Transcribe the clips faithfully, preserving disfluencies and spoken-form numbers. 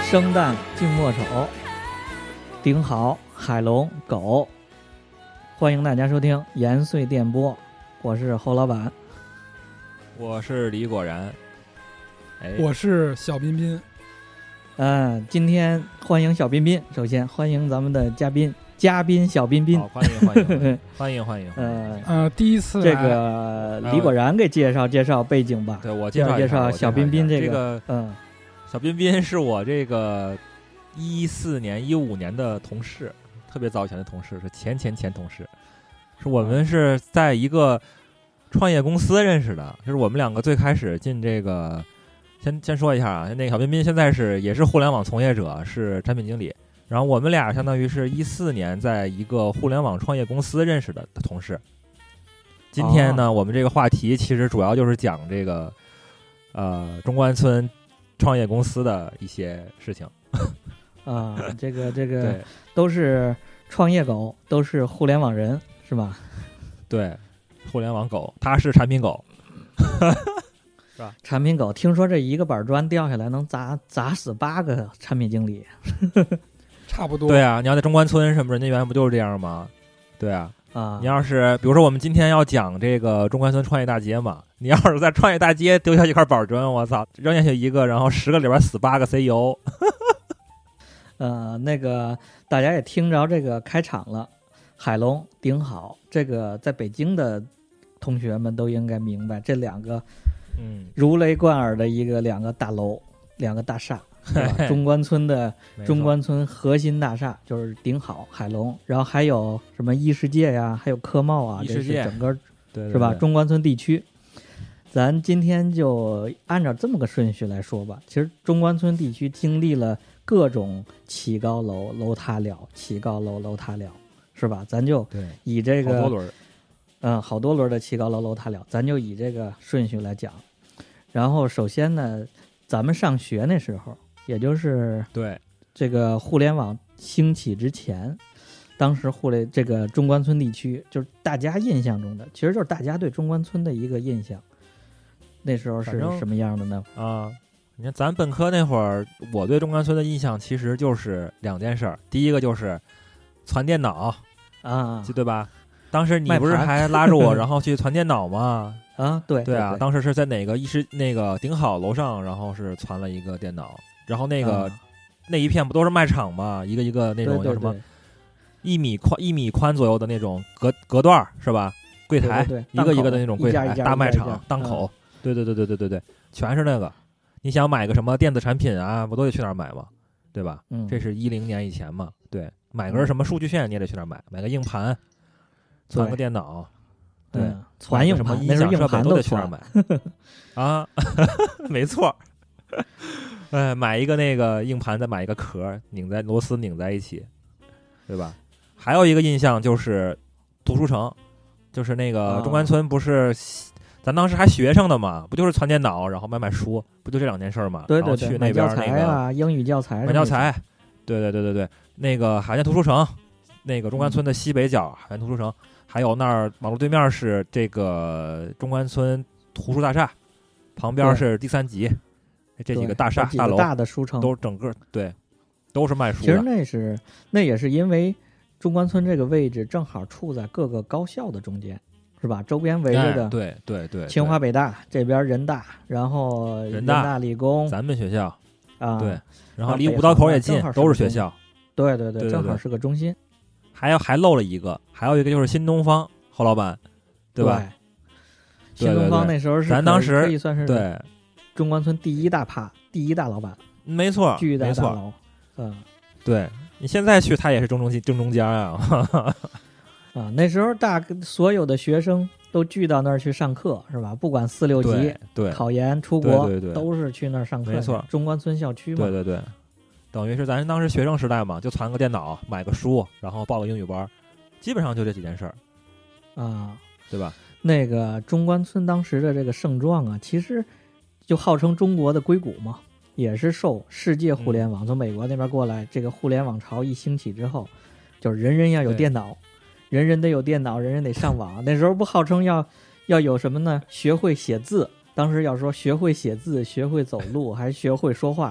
生旦净末丑，顶好海龙狗。欢迎大家收听延绥电波，我是侯老板， 我是李果然， 哎，我是小彬彬。 嗯、呃，今天欢迎小彬彬，首先欢迎咱们的嘉宾，嘉宾小彬彬， 好，欢迎欢迎欢迎欢迎。 呃呃，第一次这个李果然给介绍介绍背景吧。 对，我介绍介绍小彬彬这个，这个嗯， 小彬彬是我这个一四年一五年的同事，特别早以前的同事，是前前前同事，是我们是在一个创业公司认识的，就是我们两个最开始进这个。先先说一下啊，那个小彬彬现在是也是互联网从业者，是产品经理。然后我们俩相当于是一四年在一个互联网创业公司认识的同事。今天呢，哦、我们这个话题其实主要就是讲这个呃中关村创业公司的一些事情。 啊，这个这个都是创业狗，都是互联网人，是吧？ 对，互联网狗，他是产品狗。是吧？ 产品狗，听说这一个板砖掉下来能砸砸死八个产品经理， 差不多。 对啊，你要在中关村什么人家原来不就是这样吗？对啊， 啊， 你要是比如说我们今天要讲这个中关村创业大街嘛，你要是在创业大街丢下一块板砖，我操，扔下去一个，然后十个里边死八个 C E O。 呃，那个大家也听着这个开场了，海龙顶好，这个在北京的同学们都应该明白这两个。 嗯， 如雷贯耳的一个两个大楼，两个大厦，中关村的中关村核心大厦就是顶好海龙，然后还有什么异世界呀，还有科贸啊， 异世界这是整个对对对是吧？中关村地区，咱今天就按照这么个顺序来说吧。其实中关村地区经历了各种起高楼楼塌了，起高楼楼塌了，是吧？咱就以这个好多轮， 嗯，好多轮的起高楼楼塌了，咱就以这个顺序来讲。然后首先呢，咱们上学那时候，也就是对这个互联网兴起之前，当时互联这个中关村地区，就是大家印象中的，其实就是大家对中关村的一个印象。那时候是什么样的呢？ 啊，你看咱本科那会儿，我对中关村的印象其实就是两件事儿，第一个就是传电脑啊， 对吧？当时你不是还拉着我，然后去传电脑吗？ 啊，对对啊， 对对当时是在哪个一时那个顶好楼上，然后是传了一个电脑，然后那个、 啊、 那一片不都是卖场吗？一个一个那种叫什么一米宽一米宽左右的那种隔隔断是吧？柜台对对对一个一个的那种柜台， 一家一家大卖场一家一家档口， 嗯、 对对对对对对对，全是那个。你想买个什么电子产品啊，不都得去那儿买吗？对吧？ 嗯， 这是一零年以前嘛。对，买根什么数据线你也得去那儿买，买个硬盘，传个电脑。对， 嗯、传硬什么音响设备都得去那儿买啊，没错。哎，买一个那个硬盘，再买一个壳，拧在螺丝拧在一起，对吧？还有一个印象就是图书城，就是那个中关村不是、哦、咱当时还学生的嘛，不就是传电脑，然后买买书，不就这两件事嘛？ 对对对， 然后去那边那个、 啊、英语教材， 买教材，对对对对对，那个海淀图书城，那个中关村的西北角、嗯、海淀图书城。还有那儿马路对面是这个中关村图书大厦，旁边是第三集，这几个大厦大楼大的书城都整个对，都是卖书的。 其实那是那也是因为中关村这个位置正好处在各个高校的中间，是吧？周边围着的、 哎、对对 对, 对， 清华北大这边人大，然后人大理工咱们学校啊， 对，然后离五道口也近，都是学校。 对对 对, 对, 对, 对， 正好是个中心。 还有还漏了一个，还有一个就是新东方，侯老板，对吧？ 对新东方那时候是咱当时可以算是对中关村第一大趴，第一大老板， 没错， 巨大没错大楼。嗯， 对你现在去，他也是正中正中间啊。 啊，那时候大所有的学生都聚到那儿去上课，是吧？不管四六级、 对对考研、出国， 对对对都是去那儿上课。 没错， 中关村校区嘛。 对对对。等于是咱当时学生时代嘛，就传个电脑，买个书，然后报个英语班，基本上就这几件事儿， 啊， 对吧？ 那个中关村当时的这个盛状啊，其实就号称中国的硅谷嘛，也是受世界互联网、嗯、从美国那边过来，这个互联网潮一兴起之后，就是人人要有电脑，人人得有电脑，人人得上网。那时候不号称要要有什么呢？学会写字，当时要说学会写字，学会走路，还学会说话。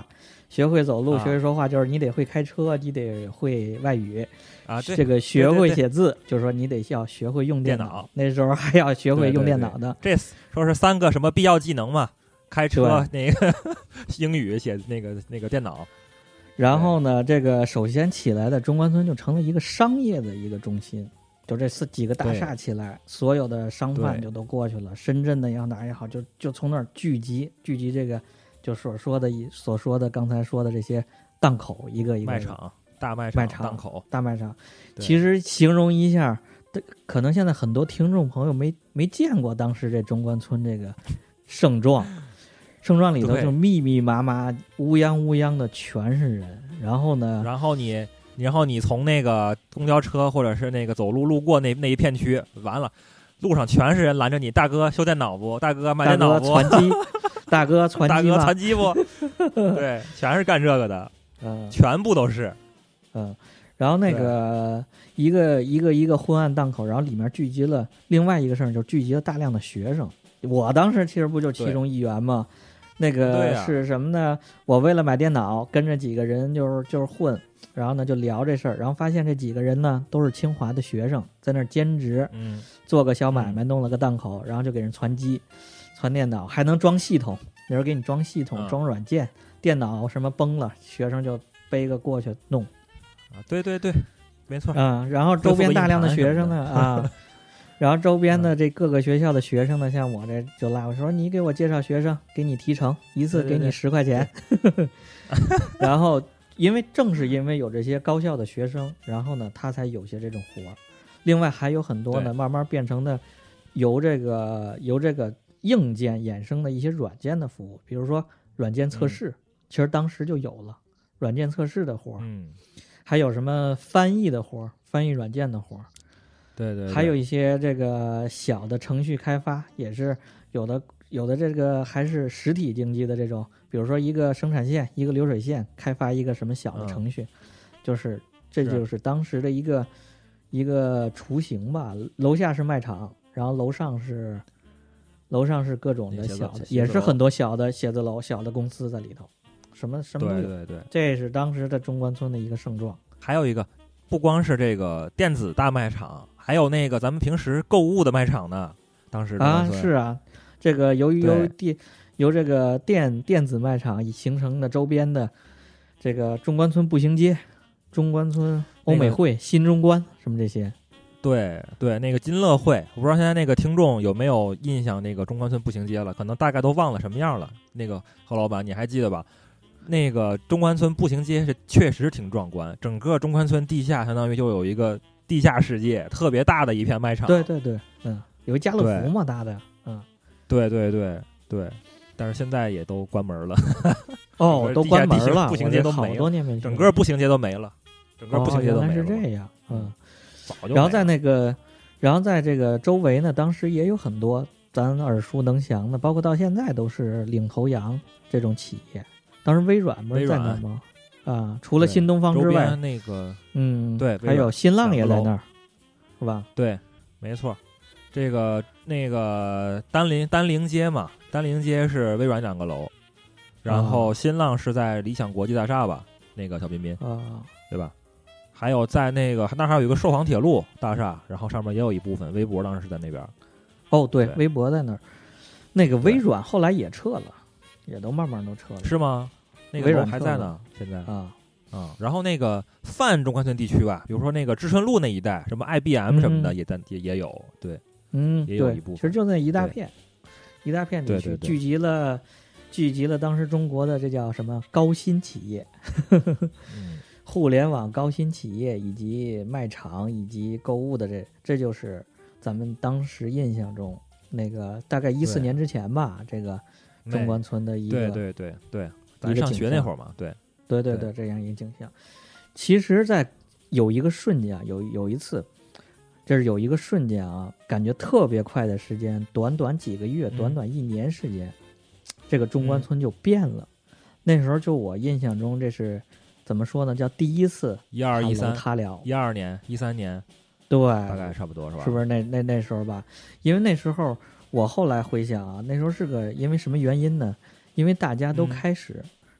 学会走路， 啊学会说话，就是你得会开车，你得会外语啊，对这个学会对对对写字，就是说你得要学会用电脑。 脑那时候还要学会用电脑的。 对对对这说是三个什么必要技能嘛？开车、那个英语、写那个那个电脑。 然后呢，这个首先起来的中关村就成了一个商业的一个中心。就这四几个大厦起来，所有的商贩就都过去了。深圳的也好，哪也好，就就从那儿聚集，聚集这个就所说的所说的刚才说的这些档口，一个一个卖场、大卖场、 卖场、 档口、 大卖场。其实形容一下，可能现在很多听众朋友没没见过当时这中关村这个盛状，盛状里头就密密麻麻、乌泱乌泱的全是人。然后呢， 然后你。然后你从那个公交车或者是那个走路路过那那一片区，完了，路上全是人拦着你，大哥修电脑不？大哥卖电脑不？ 传机，大哥传机， 大哥传机不？对，全是干这个的， 嗯， 全部都是， 嗯。然后那个一个一个一个昏暗档口，然后里面聚集了另外一个事儿，就聚集了大量的学生。我当时其实不就其中一员吗？那个是什么呢？我为了买电脑，跟着几个人就是就是混。然后呢，就聊这事儿，然后发现这几个人呢都是清华的学生，在那儿兼职， 嗯， 做个小买卖，弄了个档口，然后就给人传机、传电脑，还能装系统，有人给你装系统、 嗯、 装软件，电脑什么崩了，学生就背个过去弄。 啊，对对对，没错。 啊、嗯，然后周边大量的学生呢啊，然后周边的这各个学校的学生呢，像我这就拉我说你给我介绍学生，给你提成，一次给你十块钱， 对对对然后。因为正是因为有这些高校的学生，然后呢，他才有些这种活儿。另外还有很多呢，慢慢变成的由这个由这个硬件衍生的一些软件的服务，比如说软件测试，嗯、其实当时就有了软件测试的活儿。 嗯， 还有什么翻译的活儿，翻译软件的活儿。 对, 对对。 还有一些这个小的程序开发，也是有的。有的这个还是实体经济的这种，比如说一个生产线、一个流水线，开发一个什么小的程序，嗯、就是这就是当时的一个一个雏形吧。楼下是卖场，然后楼上是楼上是各种的小的，也是很多小的写字楼、小的公司在里头，什么什么都有。 对对对， 这是当时的中关村的一个盛状。 还有一个，不光是这个电子大卖场，还有那个咱们平时购物的卖场呢。当时啊，是啊。这个由于由电由这个电电子卖场形成的周边的这个中关村步行街、中关村欧美汇、那个、新中关什么这些， 对对，那个金乐汇，我不知道现在那个听众有没有印象，那个中关村步行街了，可能大概都忘了什么样了。那个何老板，你还记得吧？那个中关村步行街是确实挺壮观，整个中关村地下相当于就有一个地下世界，特别大的一片卖场。 对对对，嗯，有一家乐福嘛，大的，嗯。 对对对对，但是现在也都关门了。 哦，都关门了， 步行街都没了， 好多年没去， 整个步行街都没了，整个步行街都没了。 哦、原来是这样，嗯， 早就。 然后在那个，然后在这个周围呢，当时也有很多咱耳熟能详的，包括到现在都是领头羊这种企业。当时微软不是在那儿吗？啊，除了新东方之外， 那个， 嗯， 对， 还有新浪也在那儿，是吧？ 对，没错。这个那个丹林丹陵街嘛，丹陵街是微软两个楼，然后新浪是在理想国际大厦吧，那个小彬彬啊， 对吧？还有在那个那还有一个寿航铁路大厦，然后上面也有一部分，微博当时是在那边。 哦，对，微博在那儿。那个微软后来也撤了，也都慢慢都撤了， 是吗？那个微软还在呢，现在啊。 啊、嗯，然后那个泛中关村地区吧，比如说那个知春路那一带，什么 I B M 什么的也在、嗯、也也有，对。 嗯， 也有一部分， 其实就那一大片，一大片地区聚集了，聚集了当时中国的这叫什么高新企业， 嗯、 互联网高新企业以及卖场以及购物的这，这就是咱们当时印象中那个大概一四年之前吧，这个中关村的一个对对对对，咱上学那会儿嘛，对对对对，这样一个景象。其实，在有一个瞬间，有有一次。这是有一个瞬间啊，感觉特别快的时间，短短几个月，短短一年时间，嗯、这个中关村就变了。嗯、那时候就我印象中，这是怎么说呢？叫第一次一二一三塌了， 一二年、一三年， 对， 大概差不多是吧？ 是不是那那那时候吧？因为那时候我后来回想啊，那时候是个因为什么原因呢？因为大家都开始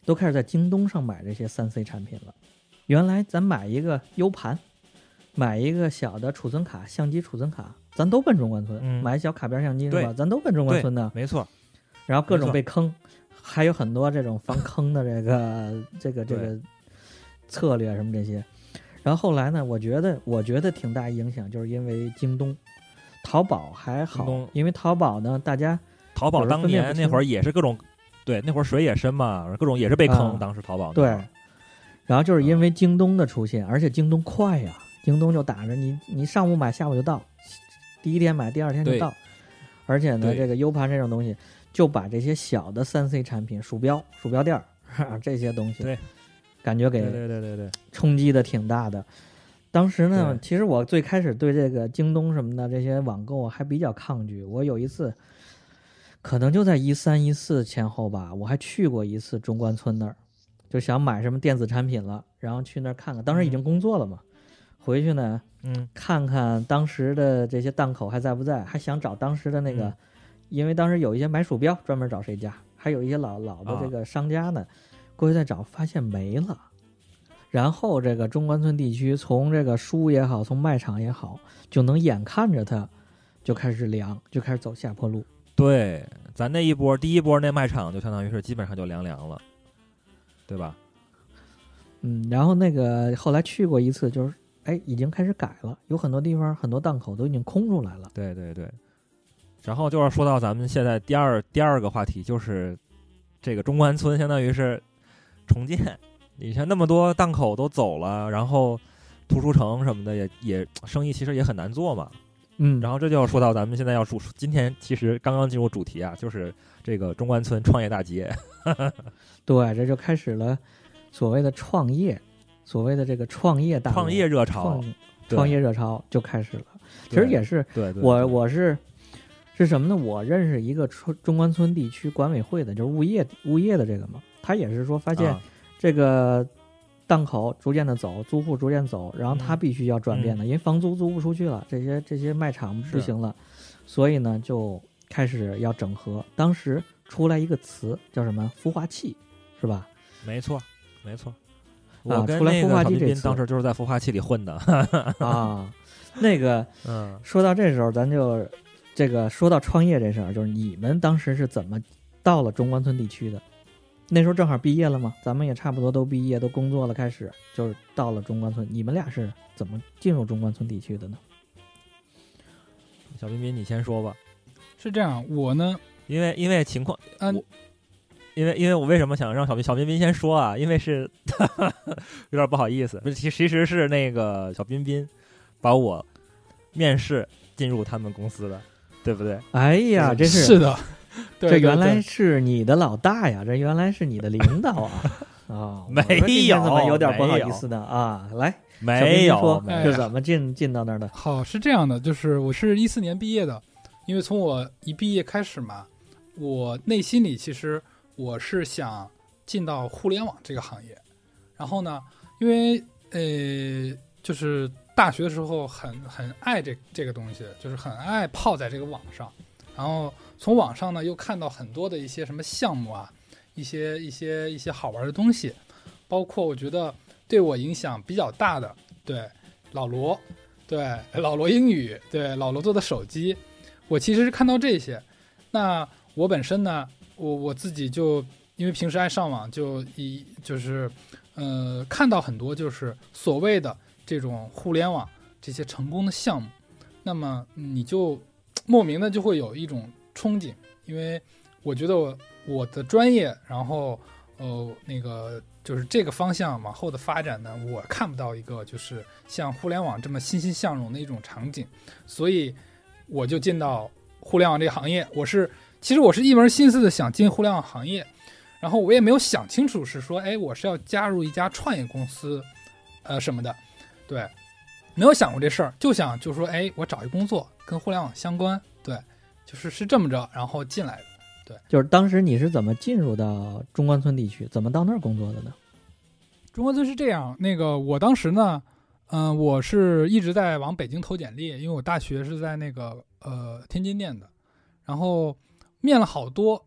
都开始在京东上买这些三 C 产品了。原来咱买一个 U 盘，买一个小的储存卡，相机储存卡，咱都奔中关村、嗯、买小卡片相机是吧？咱都奔中关村的， 没错。 然后各种被坑，还有很多这种防坑的这个这个这个策略什么这些。然后后来呢，我觉得我觉得挺大影响，就是因为京东。淘宝还好，因为淘宝呢，大家淘宝当年那会儿也是各种，对，那会儿水也深嘛，各种也是被坑。啊、当时淘宝对，然后就是因为京东的出现，而且京东快呀，京东就打着你，你上午买下午就到，第一天买第二天就到，而且呢，这个 U 盘这种东西就把这些小的三 C 产品，鼠标、鼠标垫儿这些东西， 对， 感觉给对对对对冲击的挺大的。当时呢，其实我最开始对这个京东什么的这些网购还比较抗拒。我有一次，可能就在一三一四前后吧，我还去过一次中关村那儿，就想买什么电子产品了，然后去那儿看看。当时已经工作了嘛，回去呢， 嗯， 看看当时的这些档口还在不在，还想找当时的那个， 嗯、 因为当时有一些买鼠标专门找谁家，还有一些老老的这个商家呢，啊、过去再找，发现没了。然后这个中关村地区，从这个书也好，从卖场也好，就能眼看着它就开始凉，就开始走下坡路。 对，咱那一波第一波那卖场就相当于是基本上就凉凉了，对吧？ 嗯，然后那个后来去过一次，就是哎，已经开始改了，有很多地方很多档口都已经空出来了。 对对对。然后就是说到咱们现在第二第二个话题，就是这个中关村相当于是重建。你像那么多档口都走了，然后图书城什么的也也生意其实也很难做嘛， 嗯， 然后这就要说到咱们现在要主今天其实刚刚进入主题啊，就是这个中关村创业大街， 对，这就开始了所谓的创业，所谓的这个创业大创业热潮， 创业热潮就开始了。其实也是， 对对， 我我是是什么呢？我认识一个中关村地区管委会的，就是物业物业的这个嘛，他也是说发现。啊这个档口逐渐的走，租户逐渐走，然后他必须要转变的， 嗯、 因为房租租不出去了，这些这些卖场不行了，所以呢就开始要整合。当时出来一个词叫什么？孵化器，是吧？ 没错，没错。我跟那个小彬彬当时就是在孵化器里混的啊。那个， 嗯， 说到这时候，咱就这个说到创业这事儿，就是你们当时是怎么到了中关村地区的？那时候正好毕业了嘛，咱们也差不多都毕业，都工作了，开始就是到了中关村。你们俩是怎么进入中关村地区的呢？ 小彬彬，你先说吧。 是这样，我呢， 因为因为情况， 嗯、 啊，因为因为我为什么想让小彬小彬彬先说啊？因为是有点不好意思，不是，其其实是那个小彬彬把我面试进入他们公司的，对不对？ 哎呀，这是是的。对对对， 这原来是你的老大呀！这原来是你的领导啊！啊、哦， 没有， 怎么有点不好意思呢？啊，来， 没有， 是怎么进进到那儿的？ 好，是这样的，就是我是一四年毕业的，因为从我一毕业开始嘛，我内心里其实我是想进到互联网这个行业。然后呢，因为呃，就是大学的时候很很爱这这个东西，就是很爱泡在这个网上，然后。从网上呢，又看到很多的一些什么项目啊，一些一些一些好玩的东西，包括我觉得对我影响比较大的，对老罗，对老罗英语，对老罗做的手机，我其实是看到这些。那我本身呢，我我自己就因为平时爱上网，就一就是呃看到很多就是所谓的这种互联网这些成功的项目，那么你就莫名的就会有一种憧憬，因为我觉得我我的专业，然后呃那个就是这个方向往后的发展呢，我看不到一个就是像互联网这么欣欣向荣的一种场景，所以我就进到互联网这个行业。我是其实我是一门心思的想进互联网行业，然后我也没有想清楚是说，哎，我是要加入一家创业公司，呃什么的，对，没有想过这事儿，就想就说，哎，我找一工作跟互联网相关，对。就是是这么着，然后进来的，对。 就是当时你是怎么进入到中关村地区，怎么到那儿工作的呢？ 中关村是这样，那个我当时呢，嗯、呃，我是一直在往北京投简历，因为我大学是在那个呃天津念的，然后面了好多，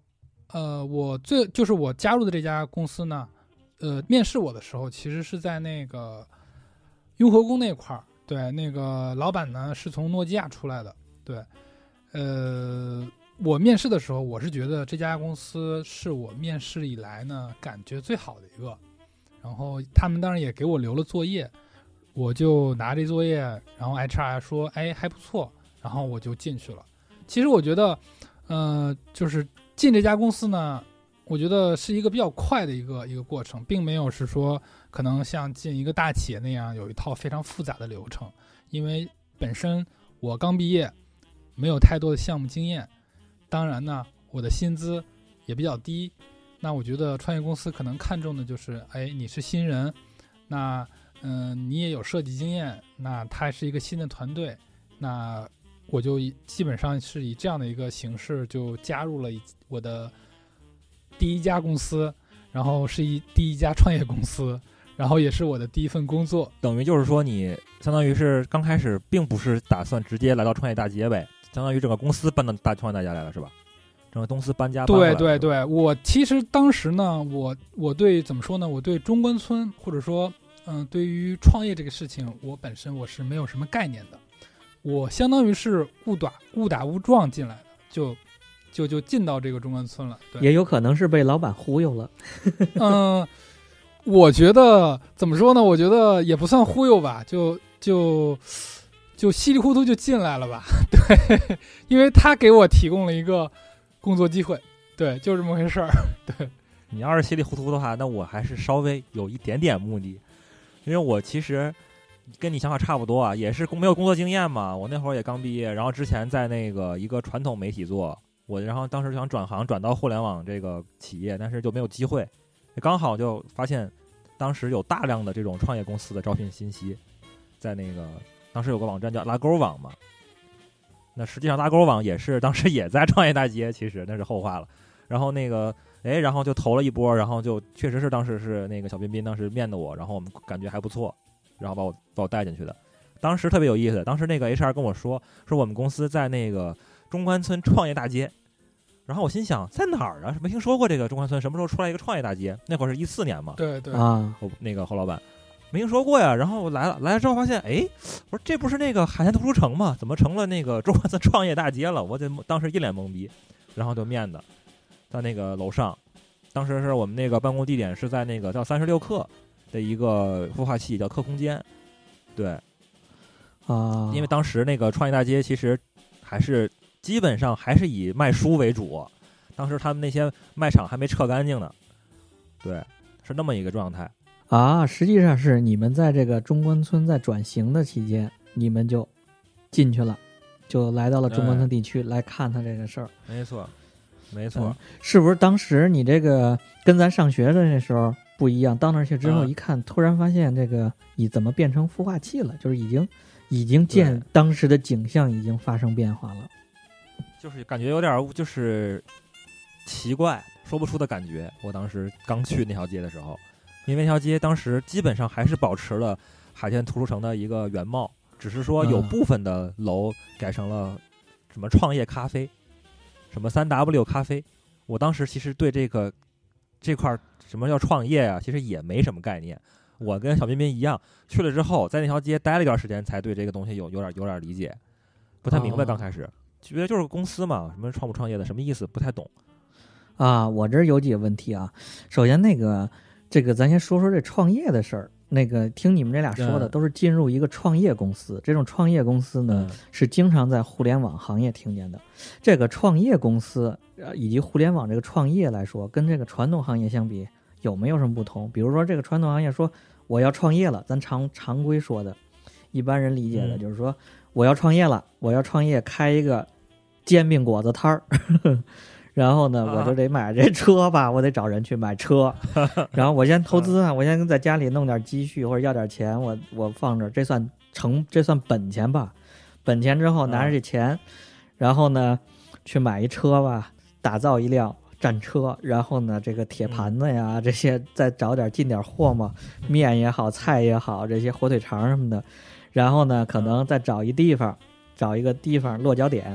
呃，我最就是我加入的这家公司呢，呃，面试我的时候，其实是在那个雍和宫那块儿。对，那个老板呢是从诺基亚出来的。对，呃，我面试的时候，我是觉得这家公司是我面试以来呢感觉最好的一个。然后他们当然也给我留了作业，我就拿这作业，然后 H R 说，哎，还不错，然后我就进去了。其实我觉得，呃，就是进这家公司呢，我觉得是一个比较快的一个一个过程，并没有是说可能像进一个大企业那样有一套非常复杂的流程。因为本身我刚毕业，没有太多的项目经验，当然呢，我的薪资也比较低。那我觉得创业公司可能看重的就是，哎，你是新人，那嗯、呃，你也有设计经验，那它是一个新的团队，那我就基本上是以这样的一个形式就加入了我的第一家公司，然后是一第一家创业公司，然后也是我的第一份工作。 等于就是说你相当于是刚开始并不是打算直接来到创业大街呗，相当于整个公司搬到大创业大街来了是吧？整个公司搬家搬对对对，我其实当时呢，我我对怎么说呢？我对中关村或者说嗯、呃，对于创业这个事情，我本身我是没有什么概念的。我相当于是误打误打误撞进来的，就就就进到这个中关村了。对， 也有可能是被老板忽悠了。 嗯，我觉得怎么说呢？我觉得也不算忽悠吧，就就就稀里糊涂就进来了吧。对，因为他给我提供了一个工作机会，对，就这么回事儿。对， 你要是稀里糊涂的话，那我还是稍微有一点点目的，因为我其实跟你想法差不多啊，也是没有工作经验嘛。我那会儿也刚毕业，然后之前在那个一个传统媒体做，我然后当时想转行转到互联网这个企业，但是就没有机会，刚好就发现当时有大量的这种创业公司的招聘信息，在那个当时有个网站叫拉勾网嘛。那实际上拉勾网也是当时也在创业大街，其实那是后话了。然后那个哎，然后就投了一波，然后就确实是当时是那个小彬彬当时面的我，然后我们感觉还不错，然后把我把我带进去的。当时特别有意思，当时那个 H R 跟我说说我们公司在那个中关村创业大街，然后我心想在哪儿啊？没听说过这个中关村，什么时候出来一个创业大街？那会儿是一四年嘛。 对对啊， 那个侯老板没听说过呀。然后我来了，来了之后发现，哎，我说这不是那个海淀图书城吗？怎么成了那个中关村创业大街了？我得当时一脸懵逼，然后就面的在那个楼上。当时是我们那个办公地点是在那个叫三十六氪的一个孵化器，叫氪空间。对， 啊， 因为当时那个创业大街其实还是基本上还是以卖书为主，当时他们那些卖场还没撤干净呢。对，是那么一个状态。 啊，实际上是你们在这个中关村在转型的期间，你们就进去了，就来到了中关村地区来看他这个事儿。 没错，没错、 嗯。是不是当时你这个跟咱上学的那时候不一样？到那儿去之后一看，嗯、突然发现这个你怎么变成孵化器了？就是已经已经见当时的景象已经发生变化了， 就是感觉有点就是奇怪，说不出的感觉。我当时刚去那条街的时候。因为那条街当时基本上还是保持了海淀图书城的一个原貌，只是说有部分的楼改成了什么创业咖啡，什么三 W 咖啡。我当时其实对这个这块什么叫创业啊，其实也没什么概念。我跟小彬彬一样，去了之后在那条街待了一段时间，才对这个东西有有点有点理解，不太明白。刚开始觉得就是公司嘛，什么创不创业的，什么意思，不太懂。 啊，我这儿有几个问题啊。首先那个。这个咱先说说这创业的事儿。那个听你们这俩说的都是进入一个创业公司，嗯、这种创业公司呢、嗯、是经常在互联网行业听见的。这个创业公司呃以及互联网这个创业来说，跟这个传统行业相比有没有什么不同？比如说这个传统行业说我要创业了，咱常常规说的，一般人理解的就是说、嗯、我要创业了，我要创业开一个煎饼果子摊儿。然后呢，我就得买这车吧，我得找人去买车。然后我先投资啊，我先在家里弄点积蓄或者要点钱，我我放这，这算成这算本钱吧。本钱之后拿着这钱，然后呢去买一车吧，打造一辆战车。然后呢，这个铁盘子呀这些再找点进点货嘛，面也好，菜也好，这些火腿肠什么的。然后呢，可能再找一地方，找一个地方落脚点。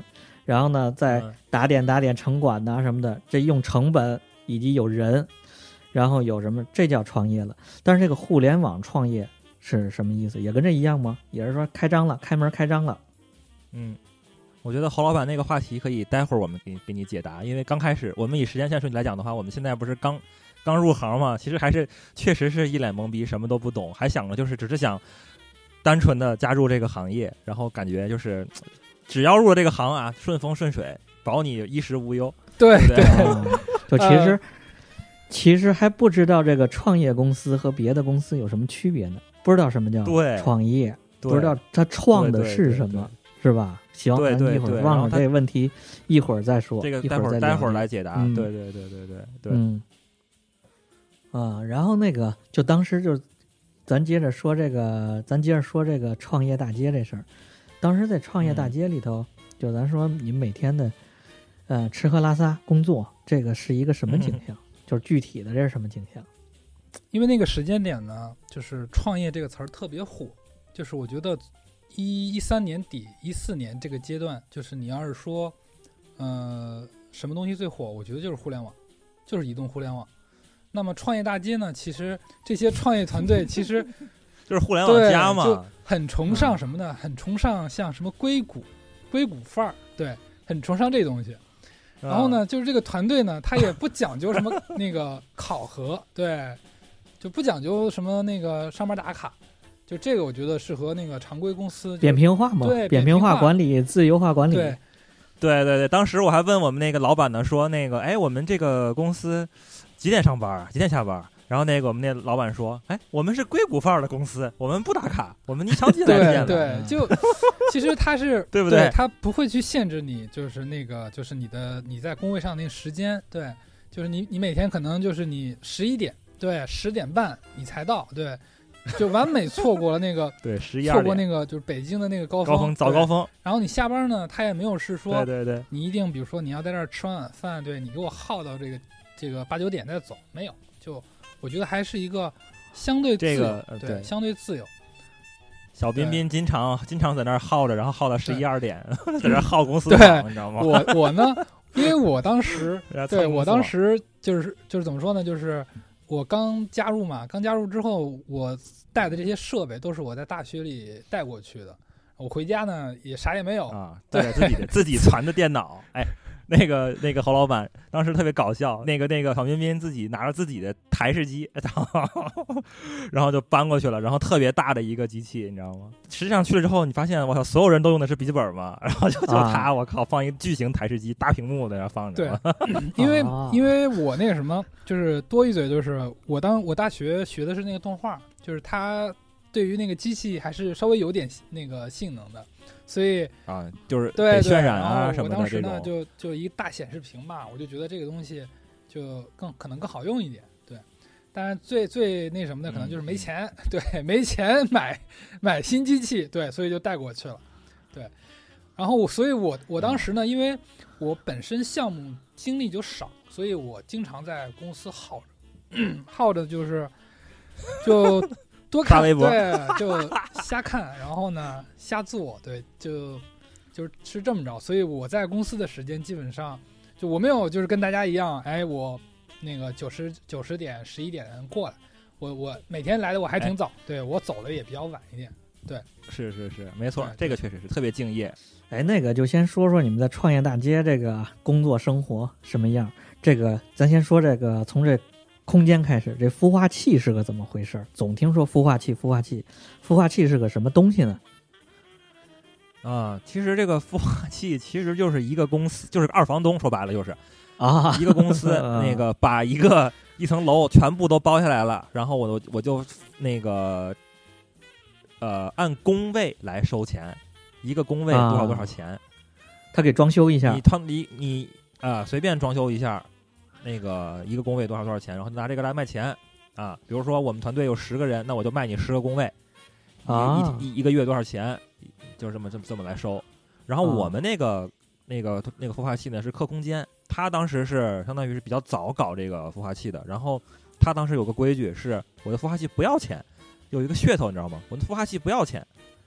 然后呢再嗯打点打点城管呐、什么的，这用成本以及有人，然后有什么，这叫创业了。但是这个互联网创业是什么意思？也跟这一样吗？也是说开张了，开门开张了。 嗯，我觉得侯老板那个话题可以待会儿我们给你给你解答，因为刚开始我们以时间线顺序来讲的话，我们现在不是刚刚入行嘛，其实还是确实是一脸懵逼，什么都不懂，还想着就是只是想单纯的加入这个行业，然后感觉就是只要入了这个行啊，顺风顺水，保你衣食无忧。 对对不对啊就其实、呃、其实还不知道这个创业公司和别的公司有什么区别呢？不知道什么叫创业，不知道他创的是什么， 对对对对是吧？行， 对对对， 一会儿忘了这个问题，一会儿再说。 这个待会儿待会儿来解答。 嗯、 对对对对对对。 嗯。啊，然后那个就当时就，咱接着说这个，咱接着说这个创业大街这事儿。当时在创业大街里头，嗯、就咱说你们每天的，呃，吃喝拉撒工作，这个是一个什么景象？嗯、就是具体的这是什么景象？ 因为那个时间点呢，就是创业这个词儿特别火，就是我觉得一一三年底一四年这个阶段，就是你要是说，呃，什么东西最火，我觉得就是互联网，就是移动互联网。那么创业大街呢，其实这些创业团队其实就是互联网加嘛， 就很崇尚什么呢？嗯、很崇尚像什么硅谷、硅谷范儿，对，很崇尚这东西。然后呢，就是这个团队呢，他也不讲究什么那个考核，对，就不讲究什么那个上班打卡，就这个我觉得适合那个常规公司， 扁平化嘛， 对， 扁平化管理、自由化管理。 对， 对对对，当时我还问我们那个老板呢，说那个，哎，我们这个公司几点上班啊？几点下班？然后那个我们那老板说，哎，我们是硅谷范儿的公司，我们不打卡，我们你想几点来见对对，就其实他是对不对？ 他不会去限制你，就是那个就是你的你在工位上那个时间，对，就是你你每天可能就是你十一点，对，十点半你才到，对，就完美错过了那个对十一错过那个就是北京的那个高峰高峰早高峰。 然后你下班呢，他也没有是说对对对， 你一定比如说你要在这儿吃完晚饭，对你给我耗到这个这个八九点再走，没有，就我觉得还是一个相对自由， 这个、呃、 对, 对相对自由。 小彬彬经常经常在那儿耗着，然后耗到十一二点，在那儿耗公司的对， 你知道吗？ 我我呢，因为我当时对我当时就是就是怎么说呢，就是我刚加入嘛，刚加入之后，我带的这些设备都是我在大学里带过去的。我回家呢也啥也没有啊，带着自己的自己传的电脑，哎。那个那个侯老板当时特别搞笑，那个那个小彬彬自己拿着自己的台式机，然后就搬过去了，然后特别大的一个机器，你知道吗？实际上去了之后，你发现我操，所有人都用的是笔记本嘛，然后就就他，啊、我靠，放一个巨型台式机，大屏幕在那放着。 对，因为因为我那个什么，就是多一嘴，就是我当我大学学的是那个动画，就是它对于那个机器还是稍微有点那个性能的。所以啊，就是对渲染啊什么的我当时呢， 就就一个大显示屏嘛，我就觉得这个东西就更可能更好用一点。对，当然最最那什么的可能就是没钱，嗯、对，没钱买买新机器，对，所以就带过去了。对，然后我所以我我当时呢，因为我本身项目经历就少，所以我经常在公司耗着，耗着就是就。多看微博， 对，就瞎看，然后呢，瞎做，对，就就是这么着。所以我在公司的时间基本上，就我没有就是跟大家一样，哎，我那个九十九十点十一点过来，我我每天来的我还挺早，哎、对我走的也比较晚一点，对， 是是是，没错，这个确实是特别敬业。 哎，那个就先说说你们在创业大街这个工作生活什么样？这个咱先说这个从这。空间开始，这孵化器是个怎么回事？总听说孵化器，孵化器，孵化器是个什么东西呢？ 啊，其实这个孵化器其实就是一个公司，就是二房东，说白了就是啊， 一个公司那个把一个一层楼全部都包下来了，然后我我就那个呃按工位来收钱，一个工位多少多少钱，啊、 他给装修一下， 你他你你啊随便装修一下。那个一个工位多少多少钱，然后拿这个来卖钱啊。比如说我们团队有十个人，那我就卖你十个工位， 啊， 一一一个月多少钱，就这么这么这么来收。然后我们那个、啊、那个那个孵化器呢是客空间，他当时是相当于是比较早搞这个孵化器的，然后他当时有个规矩是，我的孵化器不要钱，有一个噱头你知道吗？我的孵化器不要钱。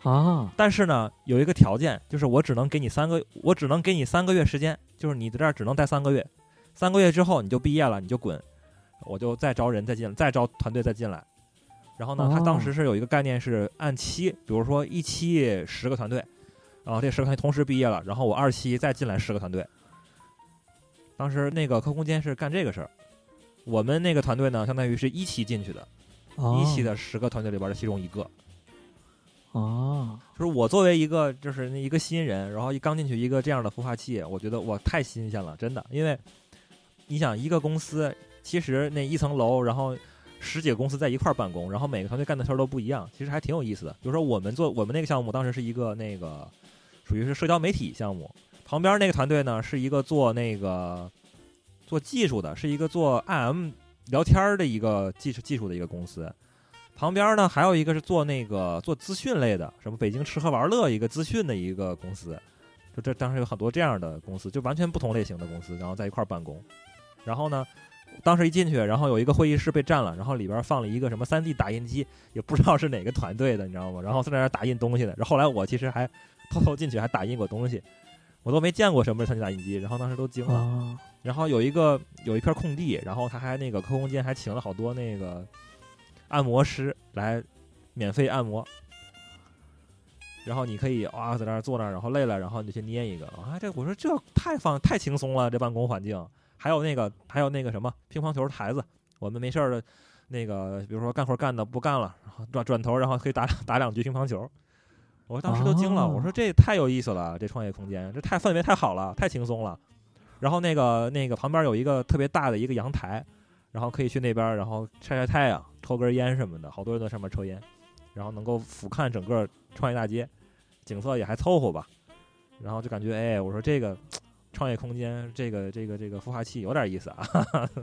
啊， 但是呢，有一个条件，就是我只能给你三个，我只能给你三个月时间，就是你在这儿只能待三个月，三个月之后你就毕业了，你就滚，我就再招人再进，再招团队再进来。然后呢，他当时是有一个概念是按期，比如说一期十个团队，然后这十个团队同时毕业了，然后我二期再进来十个团队。当时那个客空间是干这个事儿，我们那个团队呢，相当于是一期进去的， 哦、 一期的十个团队里边的其中一个。 哦， 就是我作为一个就是那一个新人，然后一刚进去一个这样的孵化器，我觉得我太新鲜了，真的。因为你想一个公司，其实那一层楼，然后十几个公司在一块儿办公，然后每个团队干的事儿都不一样，其实还挺有意思的。比如说我们做我们那个项目，当时是一个那个属于是社交媒体项目，旁边那个团队呢是一个做那个做技术的，是一个做 I M 聊天的一个技术技术的一个公司。旁边呢还有一个是做那个做资讯类的，什么北京吃喝玩乐一个资讯的一个公司，就这当时有很多这样的公司，就完全不同类型的公司，然后在一块儿办公。然后呢，当时一进去，然后有一个会议室被占了，然后里边放了一个什么 三 D 打印机，也不知道是哪个团队的，你知道吗？然后在那儿打印东西的。然后后来我其实还偷偷进去还打印过东西，我都没见过什么是 三 D 打印机，然后当时都惊了。 哦、 然后有一个有一片空地，然后他还那个客空间还请了好多那个按摩师来免费按摩，然后你可以哇在那儿坐那儿，然后累了，然后你就去捏一个啊。这我说这太放太轻松了，这办公环境。还有那个还有那个什么乒乓球台子，我们没事儿的，那个比如说干活干的不干了，然后转转头，然后可以打打两局乒乓球。我当时都惊了， 哦、 我说这太有意思了，这创业空间这太氛围太好了，太轻松了。然后那个那个旁边有一个特别大的一个阳台，然后可以去那边，然后晒晒太阳，抽根烟什么的，好多人在上面抽烟，然后能够俯瞰整个创业大街，景色也还凑合吧。然后就感觉哎，我说这个创业空间，这个这个这个孵化器有点意思啊。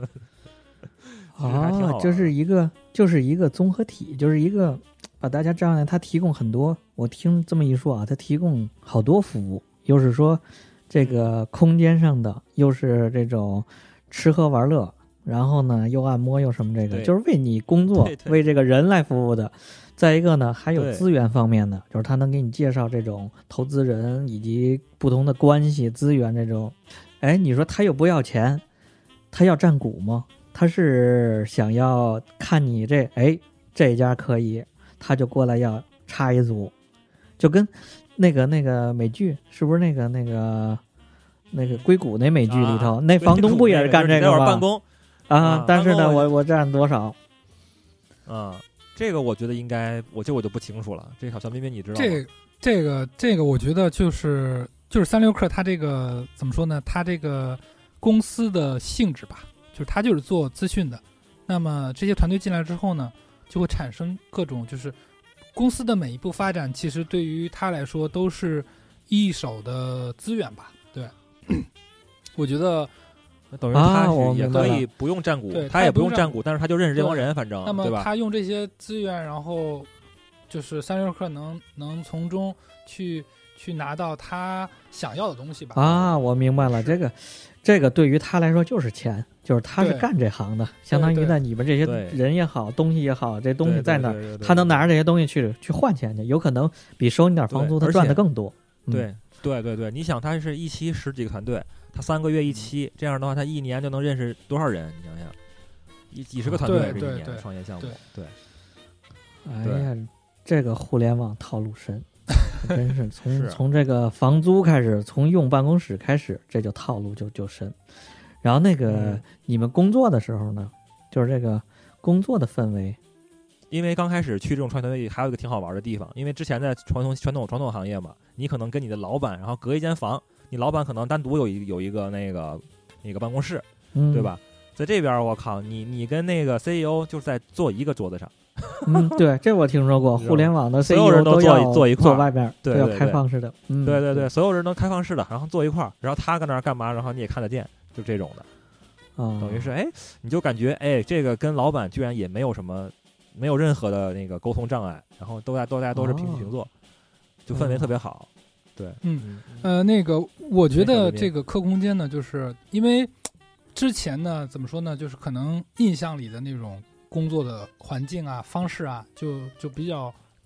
啊，就是一个就是一个综合体，就是一个把大家这样，它提供很多。我听这么一说啊，它提供好多服务，又是说这个空间上的，又是这种吃喝玩乐，然后呢又按摩又什么这个，就是为你工作对对为这个人来服务的。再一个呢，还有资源方面的，就是他能给你介绍这种投资人以及不同的关系资源这种。哎，你说他又不要钱，他要占股吗？他是想要看你这哎这家可以，他就过来要插一组，就跟那个那个美剧是不是那个那个那个硅谷那美剧里头，啊、那房东不也是干这个吗？ 办公啊，啊但是呢，我我占多少？ 啊。这个我觉得应该，我这我就不清楚了。这好像彬彬你知道吗？ 这这个这个，我觉得就是就是三六氪它这个怎么说呢？它这个公司的性质吧，就是它就是做资讯的。那么这些团队进来之后呢，就会产生各种就是公司的每一步发展，其实对于他来说都是一手的资源吧。对，我觉得。 等于他是也可以不用占股， 啊、 他也不用占股，但是他就认识这帮人，反正那么对吧？ 他用这些资源，然后就是三六氪能能从中去去拿到他想要的东西吧？ 啊，我明白了，这个这个对于他来说就是钱，就是他是干这行的，相当于在你们这些人也好，东西也好，这东西在哪儿，他能拿着这些东西去去换钱去，有可能比收你点房租他赚的更多。 对、 嗯、 对对对，你想他是一期十几个团队。他三个月一期，这样的话，他一年就能认识多少人？你想想，一几十个团队是一年创业项目，对。 哎呀，这个互联网套路深，真是从是从这个房租开始，从用办公室开始，这就套路就就深。然后那个、嗯、你们工作的时候呢，就是这个工作的氛围。 因为刚开始去这种创业团队，还有一个挺好玩的地方，因为之前在传统传统传统行业嘛，你可能跟你的老板，然后隔一间房。你老板可能单独有一有一个那个那个办公室， 嗯、 对吧？在这边我靠，你你跟那个 C E O 就在坐一个桌子上。 嗯，对，这我听说过。互联网的 C E O 所有人都坐坐一块， 坐外边， 对对对，要开放式的。嗯， 对对对，所有人都开放式的，然后坐一块儿，然后他搁那儿干嘛，然后你也看得见，就这种的。 啊、 嗯，等于是哎，你就感觉哎，这个跟老板居然也没有什么，没有任何的那个沟通障碍，然后都大都大家都是平起平坐，哦、就氛围特别好。嗯对， 嗯，呃，那个，我觉得这个客空间呢，就是因为之前呢，怎么说呢，就是可能印象里的那种工作的环境啊、方式啊，就就比较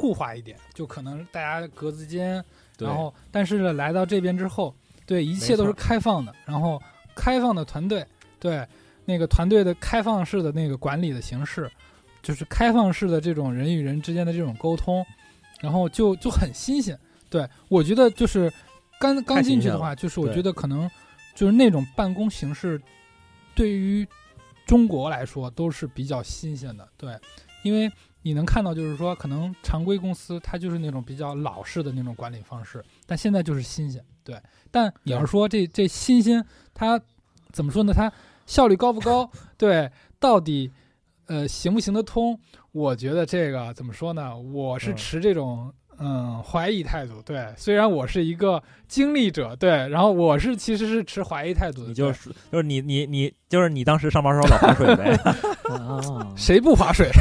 固化一点，就可能大家格子间， 对然后但是呢来到这边之后，对一切都是开放的，然后开放的团队，对那个团队的开放式的那个管理的形式，就是开放式的这种人与人之间的这种沟通，然后就就很新鲜。对，我觉得就是刚刚进去的话，就是我觉得可能就是那种办公形式，对于中国来说都是比较新鲜的。对，因为你能看到，就是说可能常规公司它就是那种比较老式的那种管理方式，但现在就是新鲜。对，但你要是说这这新鲜，它怎么说呢？它效率高不高？对，到底呃行不行得通？我觉得这个怎么说呢？我是持这种。嗯，怀疑态度。对，虽然我是一个经历者，对，然后我是其实是持怀疑态度的。 你就是就是你你你就是你当时上班时候老划水呗？ 啊， 谁不划水？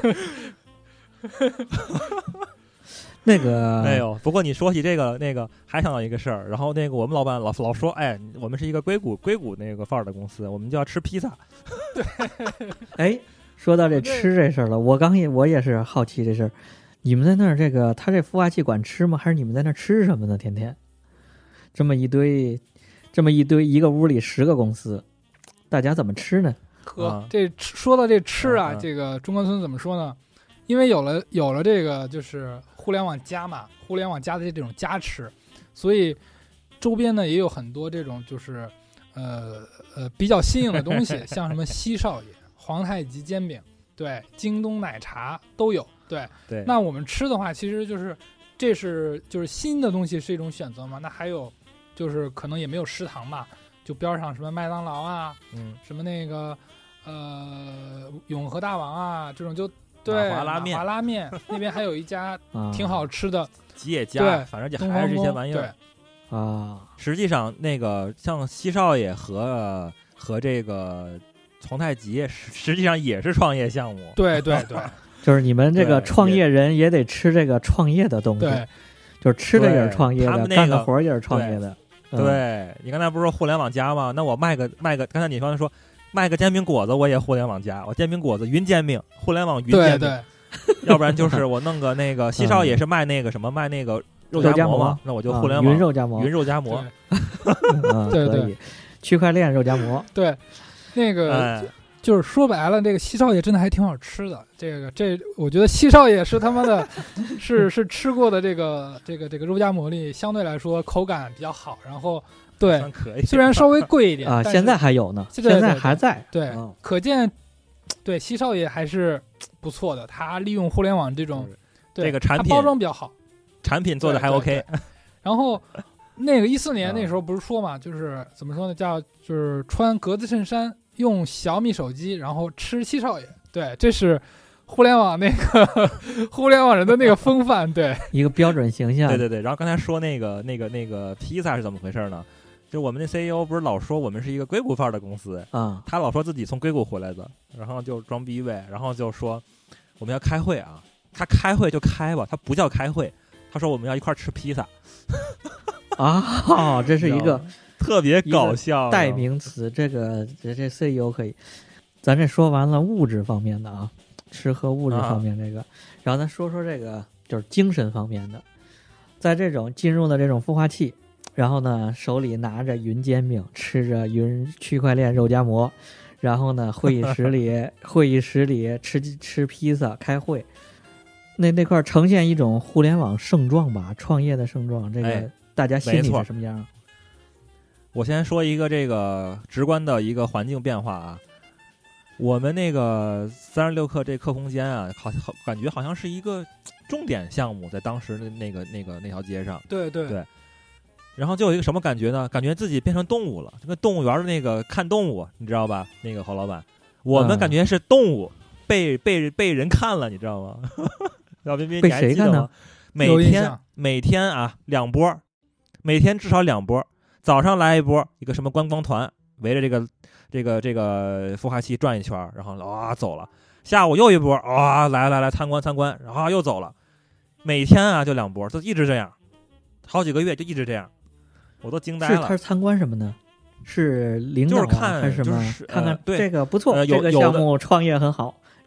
那个哎呦，不过你说起这个那个，还想到一个事儿。然后那个我们老板老老说，哎，我们是一个硅谷硅谷那个范儿的公司，我们就要吃披萨。 对，哎，说到这吃这事儿了，我刚也我也是好奇这事儿。你们在那儿这个，他这孵化器管吃吗？还是你们在那儿吃什么呢？天天这么一堆，这么一堆，一个屋里十个公司，大家怎么吃呢？ 呵， 啊、 这说到这吃啊， 啊这个中关村怎么说呢？因为有了有了这个就是互联网加嘛，互联网加的这种加持，所以周边呢也有很多这种就是呃呃比较新颖的东西，像什么西少爷、皇太极煎饼，对，京东奶茶都有。对对， 那我们吃的话，其实就是这是就是新的东西是一种选择嘛。那还有就是可能也没有食堂嘛，就边上什么麦当劳啊， 嗯， 什么那个呃永和大王啊，这种就对马华拉面， 马华拉面那边还有一家挺好吃的， 吉野家，反正就还是这些玩意儿啊。 实际上，那个像西少爷和和这个皇太极，实际上也是创业项目。 对对对。 就是你们这个创业人也得吃这个创业的东西， 对， 就是吃的也是创业的， 那个、 干的活也是创业的。 对，嗯、对你刚才不是说互联网加吗？那我卖个卖个，刚才你刚才说卖个煎饼果子，我也互联网加，我煎饼果子云煎饼，互联网云煎饼。 对对， 要不然就是我弄个那个西少也是卖那个什么卖那个肉夹馍嘛，那我就互联网、 啊、云肉夹馍， 云肉夹馍。 啊、 对对对，区块链肉夹馍。 对，那个。 哎就是说白了，这个西少爷真的还挺好吃的。这个这，我觉得西少爷是他妈的，是是吃过的这个这个这个肉夹馍里相对来说口感比较好。然后对，虽然稍微贵一点啊，现在还有呢， 现在还在。 对，对哦、 可见对西少爷还是不错的。他利用互联网这种对这个产品包装比较好， 产品做的还 OK 对对对。然后那个一四年那时候不是说嘛，就是怎么说呢，叫就是穿格子衬衫。用小米手机，然后吃西少爷，对，这是互联网那个互联网人的那个风范，对， 一个标准形象。 对对对。然后刚才说那个那个那个披萨是怎么回事呢？就我们那 C E O 不是老说我们是一个硅谷范儿的公司啊、嗯， 他老说自己从硅谷回来的，然后就装逼呗，然后就说我们要开会啊，他开会就开吧，他不叫开会，他说我们要一块吃披萨。 啊、哦，这是一个。 特别搞笑代名词，这个这这 C E O 可以，咱这说完了物质方面的啊，吃喝物质方面这个，啊、然后咱说说这个就是精神方面的，在这种进入的这种孵化器，然后呢手里拿着云煎饼，吃着云区块链肉夹馍，然后呢会议室里会议室里吃吃披萨开会，那那块呈现一种互联网盛状吧，创业的盛状，这个、 哎、 大家心里是什么样？ 我先说一个这个直观的一个环境变化啊，我们那个三十六氪这客空间啊，好好感觉好像是一个重点项目，在当时的那个那个那条街上。 对对对。然后就有一个什么感觉呢？感觉自己变成动物了，就跟动物园的那个看动物，你知道吧？那个侯老板，我们感觉是动物、嗯、被被被人看了，你知道吗？老彬彬，你还记得吗？每天每天啊两波，每天至少两波。早上来一波，一个什么观光团围着这个这个这个孵化器转一圈，然后哇走了。下午又一波，哇来来来参观参观，然后又走了。每天啊就两波，就一直这样，好几个月就一直这样，我都惊呆了。 是他是参观什么呢？是领导、啊、 就是看还是什么？ 就是、 看看、 呃、对这个不错、 呃、 这个项目创业很好，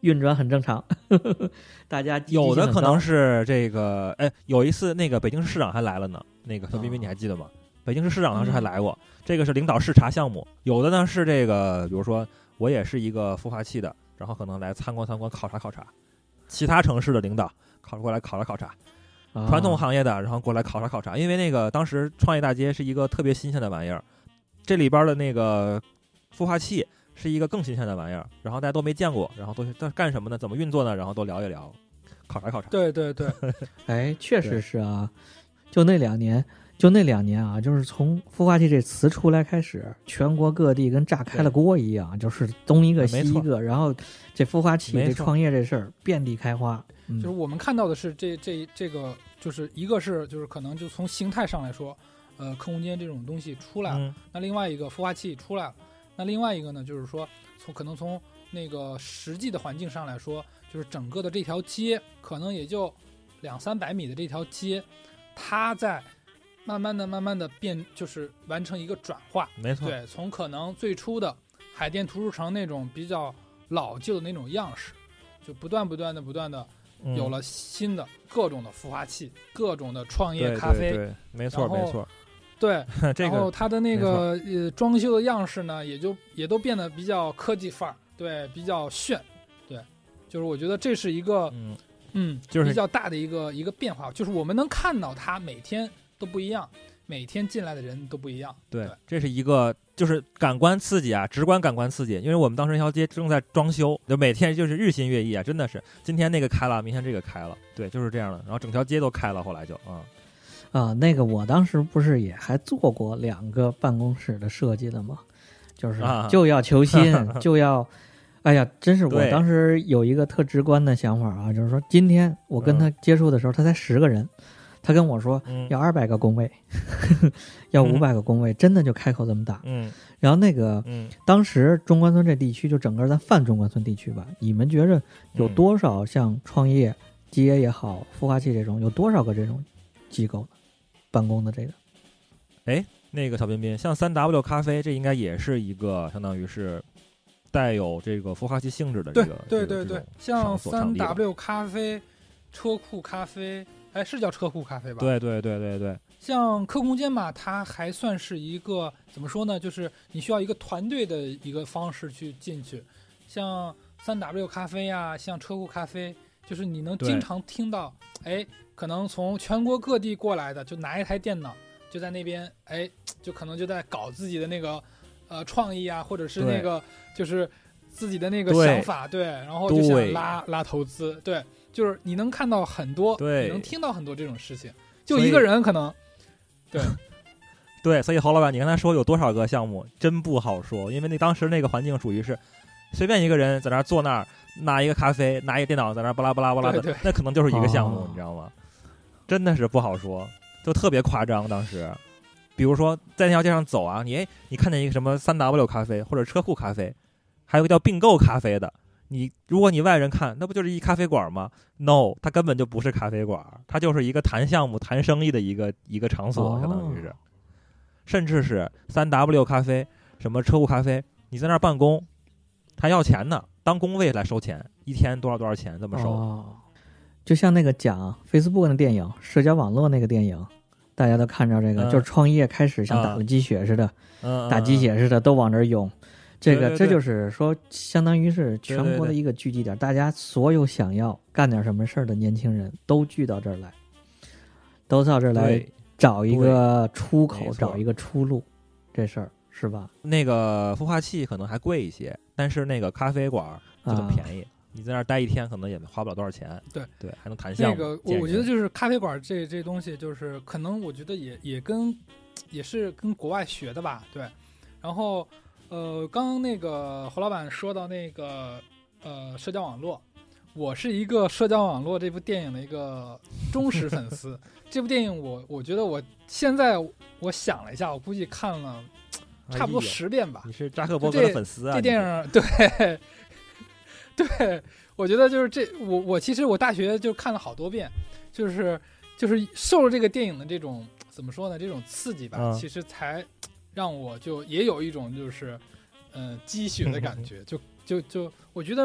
运转很正常，大家积极性有的很高可能是这个，哎，有一次那个北京市市长还来了呢，那个小彬彬哦你还记得吗？北京市市长当时还嗯来过，这个是领导视察项目。有的呢是这个，比如说我也是一个孵化器的，然后可能来参观参观、考察考察。其他城市的领导考过来考察考察， 啊传统行业的然后过来考察考察，因为那个当时创业大街是一个特别新鲜的玩意儿，这里边的那个孵化器是一个更新鲜的玩意儿，然后大家都没见过，然后都是干什么呢？怎么运作呢？然后都聊一聊，考察考察。 对对对， 哎，确实是啊，就那两年，就那两年啊，就是从孵化器这词出来开始，全国各地跟炸开了锅一样，就是东一个西没错一个，然后这孵化器没错这创业这事儿遍地开花。嗯、 就是我们看到的是这这这个，就是一个是就是可能就从形态上来说，呃，客空间这种东西出来了， 嗯那另外一个孵化器出来了，那另外一个呢，就是说从可能从那个实际的环境上来说，就是整个的这条街可能也就两三百米的这条街，它在慢慢的、慢慢的变，就是完成一个转化。 没错， 对，从可能最初的海淀图书城那种比较老旧的那种样式，就不断不断的、不断的嗯有了新的各种的孵化器、各种的创业对咖啡。 对对，没错然后没错。 对， 这然后个它的那个呃装修的样式呢，也就也都变得比较科技范儿，对，比较炫，对，就是我觉得这是一个嗯， 嗯， 就是比较大的一个一个变化，就是我们能看到它每天都不一样，每天进来的人都不一样， 对对， 这是一个就是感官刺激啊，直观感官刺激。因为我们当时那条街正在装修，就每天就是日新月异啊，真的是今天那个开了，明天这个开了，对，就是这样的。然后整条街都开了，后来就啊。 啊，那个我当时不是也还做过两个办公室的设计的吗？就是啊就要求新，就要，哎呀，真是我对当时有一个特直观的想法啊，就是说今天我跟他接触的时候，他才十个人，他跟我说嗯要二百个工位，要五百个工位，真的就开口这么大。 嗯然后那个嗯， 当时中关村这地区，就整个咱泛中关村地区吧，你们觉着有嗯多少像创业街也好、孵化器这种，有多少个这种机构呢？办公的这个？ 那个小彬彬，像三 W 咖啡，这应该也是一个相当于是带有这个孵化器性质的这对个对对对这个这种， 像场所场三地吧 W 咖啡、车库咖啡，哎，是叫车库咖啡吧？， 对对对对对， 像客空间嘛，它还算是一个怎么说呢？就是你需要一个团队的一个方式去进去。像三 W 咖啡呀、像车库咖啡，就是你能对经常听到，哎，可能从全国各地过来的，就拿一台电脑，就在那边，哎，就可能就在搞自己的那个呃创意啊，或者是对那个就是自己的那个对想法，对，然后就想对拉拉投资，对，就是你能看到很多， 对你能听到很多这种事情，就所以一个人可能，对。 对，所以侯老板，你刚才说有多少个项目，真不好说，因为那当时那个环境属于是随便一个人在那儿坐那儿拿一个咖啡，拿一个电脑在那儿巴拉巴拉巴拉的， 对对那可能就是一个项目， 哦你知道吗？真的是不好说，就特别夸张。当时，比如说在那条街上走啊，你哎，你看见一个什么三 W 咖啡或者车库咖啡，还有个叫并购咖啡的，你如果你外人看，那不就是一咖啡馆吗 ？No， 它根本就不是咖啡馆，它就是一个谈项目、谈生意的一个一个场所， 哦相当于是。甚至是三 W 咖啡、什么车库咖啡，你在那儿办公，他要钱呢，当工位来收钱，一天多少多少钱这么收。 哦，就像那个讲 Facebook 的电影，社交网络那个电影，大家都看着这个， 嗯就是创业开始像打了鸡血似的， 嗯， 打鸡血似的都往这儿涌。这个对对对这就是说，相当于是全对对对国的一个聚集点，大家所有想要干点什么事儿的年轻人都聚到这儿来，都到这儿来对， 找一个出没口， 错找一个出路，这事儿是吧？ 那个孵化器可能还贵一些，但是那个咖啡馆就很便宜，你在那儿待一天可能也花不了多少钱。 对对，还能谈项目。 那个见人我我觉得就是咖啡馆这这东西，就是可能我觉得也也跟也是跟国外学的吧，对。然后呃，刚刚那个侯老板说到那个呃社交网络，我是一个社交网络这部电影的一个忠实粉丝。这部电影我我觉得我现在我想了一下，我估计看了差不多哎呀十遍吧。 你是扎克伯格的粉丝啊？ 这电影对对，我觉得就是这我我其实我大学就看了好多遍，就是就是受了这个电影的这种怎么说呢，这种刺激吧， 嗯其实才让我就也有一种就是嗯、呃、积雪的感觉，就就就我觉得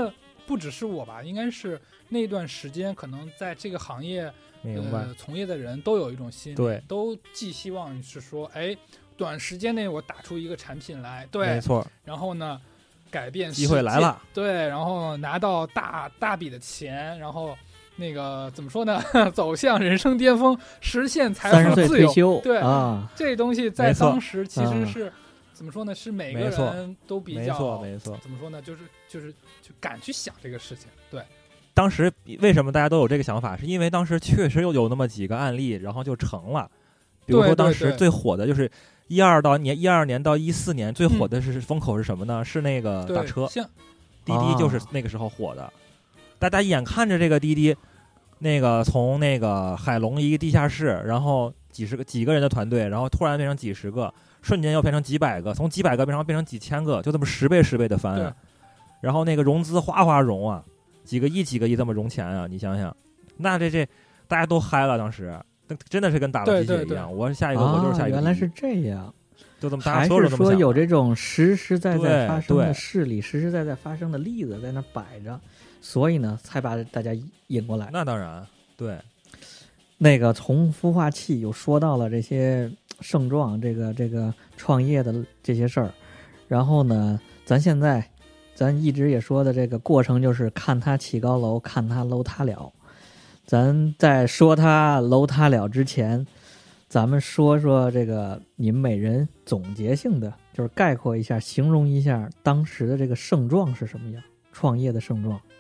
不只是我吧，应该是那段时间可能在这个行业明白、 呃、从业的人都有一种心理， 对， 都寄希望是说，哎，短时间内我打出一个产品来，对， 没错， 然后呢，改变机会来了， 对，然后拿到大大笔的钱，然后那个怎么说呢？走向人生巅峰，实现财富自由。 三十岁退休， 对啊， 这东西在当时其实是、啊、怎么说呢？是每个人都比较没错，没错。 怎么说呢？就是就是就敢去想这个事情。对， 当时为什么大家都有这个想法？是因为当时确实有有那么几个案例，然后就成了。比如说当时最火的就是一二到年一二年到一四年最火的是风口是什么呢？嗯、是那个打车，滴滴就是那个时候火的。啊、大家眼看着这个滴滴。那个从那个海龙一个地下室，然后几十个几个人的团队，然后突然变成几十个，瞬间又变成几百个，从几百个变成变成几千个，就这么十倍十倍的翻啊！然后那个融资哗哗融啊，几个亿几个亿这么融钱啊！你想想，那这这大家都嗨了，当时真的是跟打了鸡血一样。 对对对， 我下一个我就是下一个、 啊。原来是这样， 就这么大家所有人都这么想。 还是说有这种实实在在发生的事例，实实在在发生的例子在那摆着？所以呢，才把大家引过来。 那当然，对。 那个从孵化器又说到了这些盛壮，这个这个创业的这些事儿。然后呢，咱现在咱一直也说的这个过程就是看他起高楼，看他楼塌了。咱在说他楼塌了之前，咱们说说这个你们每人总结性的，就是概括一下，形容一下当时的这个盛壮是什么样，创业的盛壮。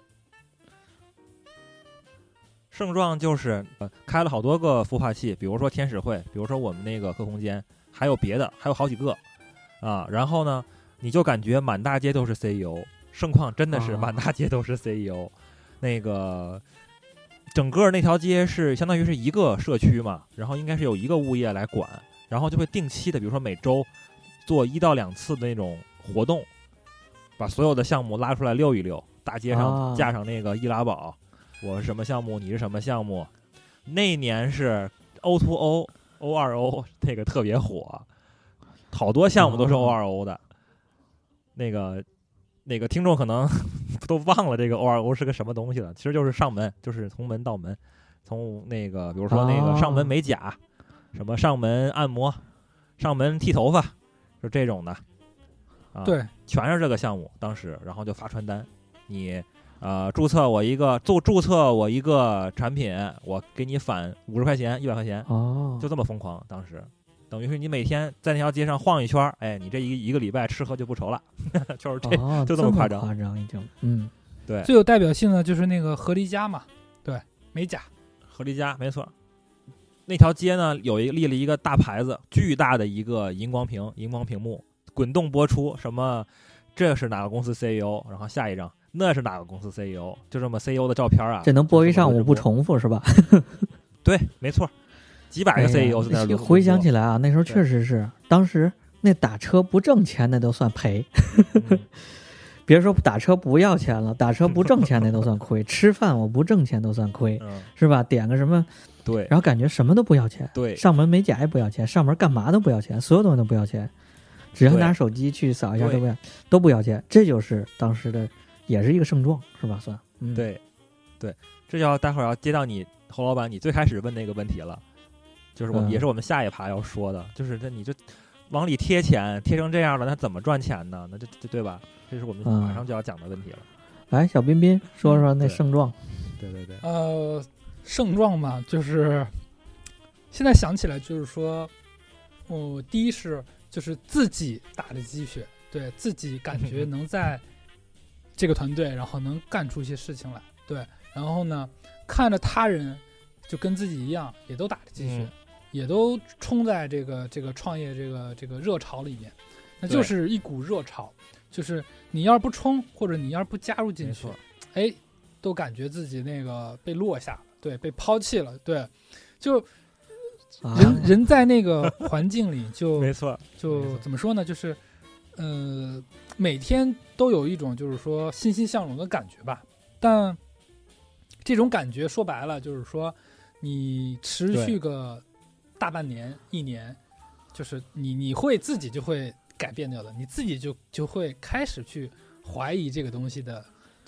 盛壮就是呃开了好多个孵化器，比如说天使会，比如说我们那个客空间，还有别的，还有好几个啊。然后呢，你就感觉满大街都是 C E O， 盛况真的是满大街都是 C E O，、啊、那个整个那条街是相当于是一个社区嘛，然后应该是有一个物业来管，然后就会定期的，比如说每周做一到两次的那种活动，把所有的项目拉出来溜一溜，大街上架上那个易拉宝。啊，我是什么项目，你是什么项目？那年是 O to O、O 二 O 那个特别火，好多项目都是 O 二 O 的。哦、那个那个听众可能都忘了这个 O 二 O 是个什么东西了，其实就是上门，就是从门到门，从那个比如说那个上门美甲，哦、什么上门按摩，上门剃头发，就这种的。啊， 对， 全是这个项目，当时然后就发传单，你。呃，注册我一个，注注册我一个产品，我给你返五十块钱、一百块钱， 哦， 就这么疯狂。当时，等于是你每天在那条街上晃一圈，哎，你这一一个礼拜吃喝就不愁了，就是这， 哦、 就这么夸张， 夸张已经，嗯， 对。 最有代表性的就是那个合离家嘛，对，美甲， 合离家没错。那条街呢，有一立了一个大牌子，巨大的一个荧光屏，荧光屏幕，滚动播出，什么这是哪个公司 C E O， 然后下一张。那是哪个公司 C E O？ 就这么 C E O 的照片啊， 这能播一上午不重复是吧？ 对，没错，几百个 C E O 在那、哎、 回想起来啊，那时候确实是，当时那打车不挣钱那都算赔，嗯、别说打车不要钱了，打车不挣钱那都算亏，吃饭我不挣钱都算亏， 嗯、 是吧？点个什么， 对， 然后感觉什么都不要钱， 对， 上门美甲也不要钱，上门干嘛都不要钱，所有东西都不要钱，只要拿手机去扫一下都不要，都不要钱，这就是当时的。也是一个盛壮是吧？算，嗯， 对，对，这就要待会儿要接到你侯老板，你最开始问那个问题了，就是我们、嗯、也是我们下一趴要说的，就是这你就往里贴钱，贴成这样了，那怎么赚钱呢？那这对吧？这是我们马上就要讲的问题了。 来、嗯，小彬彬说说那盛壮、 嗯。对对对， 呃，盛壮嘛，就是现在想起来，就是说，哦、呃，第一是就是自己打的鸡血，对自己感觉能在。这个团队，然后能干出一些事情来，对，然后呢，看着他人就跟自己一样，也都打着鸡血、嗯，也都冲在这个这个创业这个这个热潮里面，那就是一股热潮，就是你要是不冲，或者你要是不加入进去，哎，都感觉自己那个被落下了，对，被抛弃了，对，就人、啊、人在那个环境里就没错， 就怎么说呢，就是呃。每天都有一种就是说欣欣向荣的感觉吧，但这种感觉说白了就是说你持续个大半年一年，就是你你会自己就会改变掉的，你自己就就会开始去怀疑这个东西的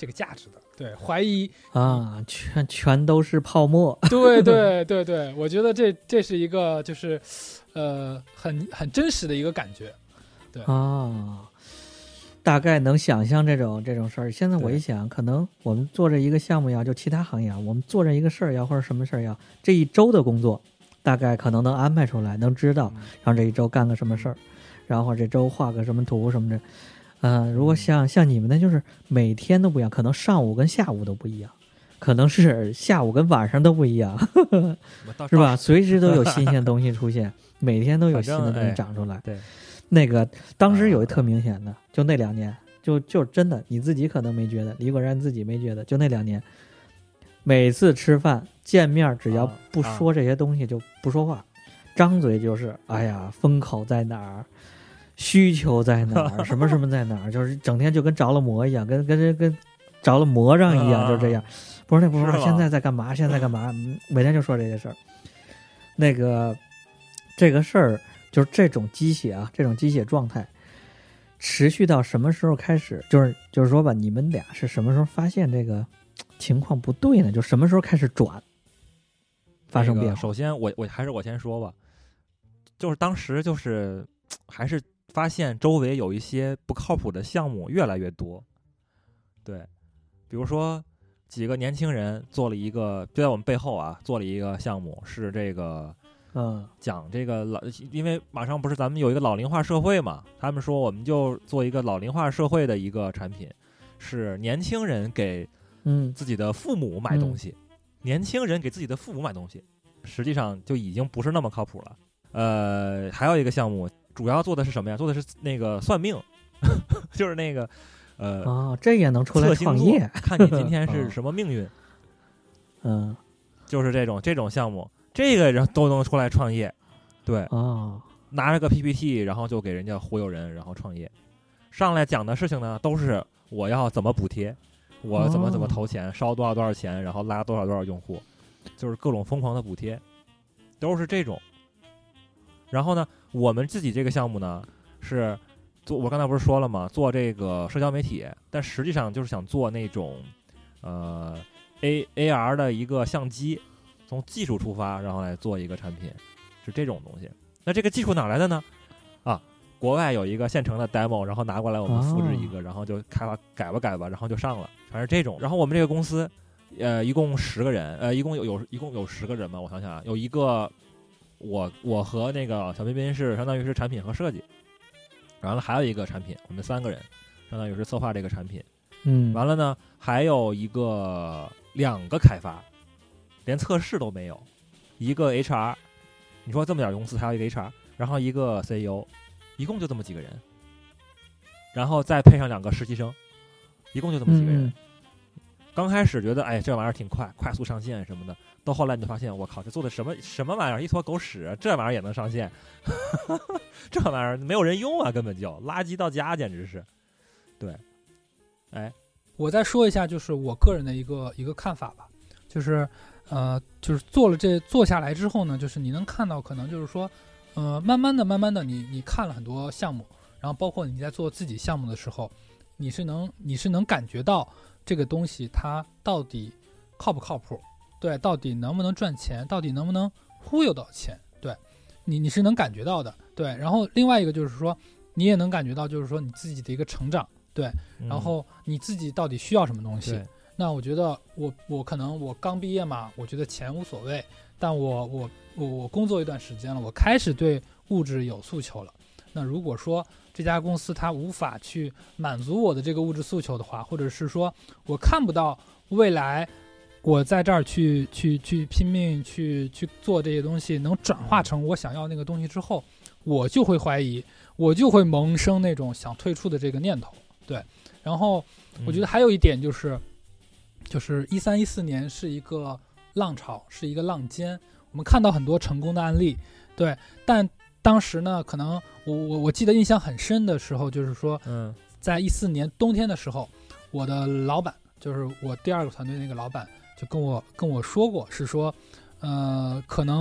这个价值的，对，怀疑啊，全全都是泡沫。 对对对对，我觉得这这是一个就是呃很很真实的一个感觉，对啊。大概能想象这种这种事儿。现在我一想，可能我们做这一个项目呀，就其他行业啊，我们做这一个事儿呀，或者什么事儿呀，这一周的工作，大概可能能安排出来，能知道，然后这一周干个什么事儿，然后这周画个什么图什么的。嗯、呃，如果像像你们的，就是每天都不一样，可能上午跟下午都不一样，可能是下午跟晚上都不一样，是吧？随时都有新鲜东西出现，每天都有新的东西长出来。 对。 那个当时有一特明显的，就那两年，就就真的你自己可能没觉得，李果然自己没觉得，就那两年，每次吃饭见面，只要不说这些东西就不说话，啊、张嘴就是哎呀，风口在哪儿，需求在哪儿，什么什么在哪儿，就是整天就跟着了魔一样，跟跟跟着了魔上一样，就这样。不是那不是，现在在干嘛？现在干嘛？每天就说这些事儿。那个这个事儿。就是这种鸡血啊，这种鸡血状态，持续到什么时候开始？就是就是说吧，你们俩是什么时候发现这个情况不对呢？就什么时候开始转，发生变化？ 那个、首先我，我我还是我先说吧，就是当时就是还是发现周围有一些不靠谱的项目越来越多，对，比如说几个年轻人做了一个，就在我们背后啊，做了一个项目，是这个。 嗯， 讲这个老，因为马上不是咱们有一个老龄化社会嘛，他们说我们就做一个老龄化社会的一个产品，是年轻人给嗯自己的父母买东西，嗯、年轻人给自己的父母买东西，实际上就已经不是那么靠谱了。呃，还有一个项目主要做的是什么呀？做的是那个算命，就是那个呃， 哦，这也能出来创业， 看你今天是什么命运， 嗯， 就是这种这种项目。这个人都能出来创业，对， 哦， 拿着个 P P T， 然后就给人家忽悠人，然后创业。上来讲的事情呢，都是我要怎么补贴，我怎么怎么投钱，哦、烧多少多少钱，然后拉多少多少用户，就是各种疯狂的补贴，都是这种。然后呢，我们自己这个项目呢，是做我刚才不是说了吗？做这个社交媒体，但实际上就是想做那种呃 A A R 的一个相机。从技术出发，然后来做一个产品，是这种东西。那这个技术哪来的呢？啊，国外有一个现成的 demo， 然后拿过来我们复制一个，哦、然后就开发改吧改吧，然后就上了，全是这种。然后我们这个公司，呃，一共十个人，呃，一共有有一共有十个人嘛，我想想啊，有一个我我和那个小彬彬是相当于是产品和设计，完了还有一个产品，我们三个人相当于是策划这个产品， 嗯， 完了呢还有一个两个开发。连测试都没有，一个 H R， 你说这么点公司还有一个 H R， 然后一个 C E O， 一共就这么几个人，然后再配上两个实习生，一共就这么几个人。嗯、刚开始觉得哎这玩意儿挺快，快速上线什么的，到后来你就发现我靠，这做的什么什么玩意儿，一坨狗屎，这玩意儿也能上线，这玩意儿没有人用啊，根本就垃圾到家，简直是。对，哎， 我再说一下，就是我个人的一个一个看法吧，就是。呃，就是做了这做下来之后呢，就是你能看到，可能就是说，呃，慢慢的、慢慢的，你你看了很多项目，然后包括你在做自己项目的时候，你是能你是能感觉到这个东西它到底靠不靠谱，对，到底能不能赚钱，到底能不能忽悠到钱，对，你你是能感觉到的，对。然后另外一个就是说，你也能感觉到，就是说你自己的一个成长，对，然后你自己到底需要什么东西。 嗯那我觉得我我可能我刚毕业嘛，我觉得钱无所谓，但我我我我工作一段时间了，我开始对物质有诉求了。那如果说这家公司它无法去满足我的这个物质诉求的话，或者是说我看不到未来我在这儿去去去拼命去去做这些东西能转化成我想要那个东西之后，我就会怀疑，我就会萌生那种想退出的这个念头。对，然后我觉得还有一点就是。嗯就是一三一四年是一个浪潮，是一个浪尖，我们看到很多成功的案例，对。但当时呢，可能我我我记得印象很深的时候，就是说， 嗯， 在一四年冬天的时候，我的老板，就是我第二个团队那个老板，就跟我跟我说过，是说，呃，可能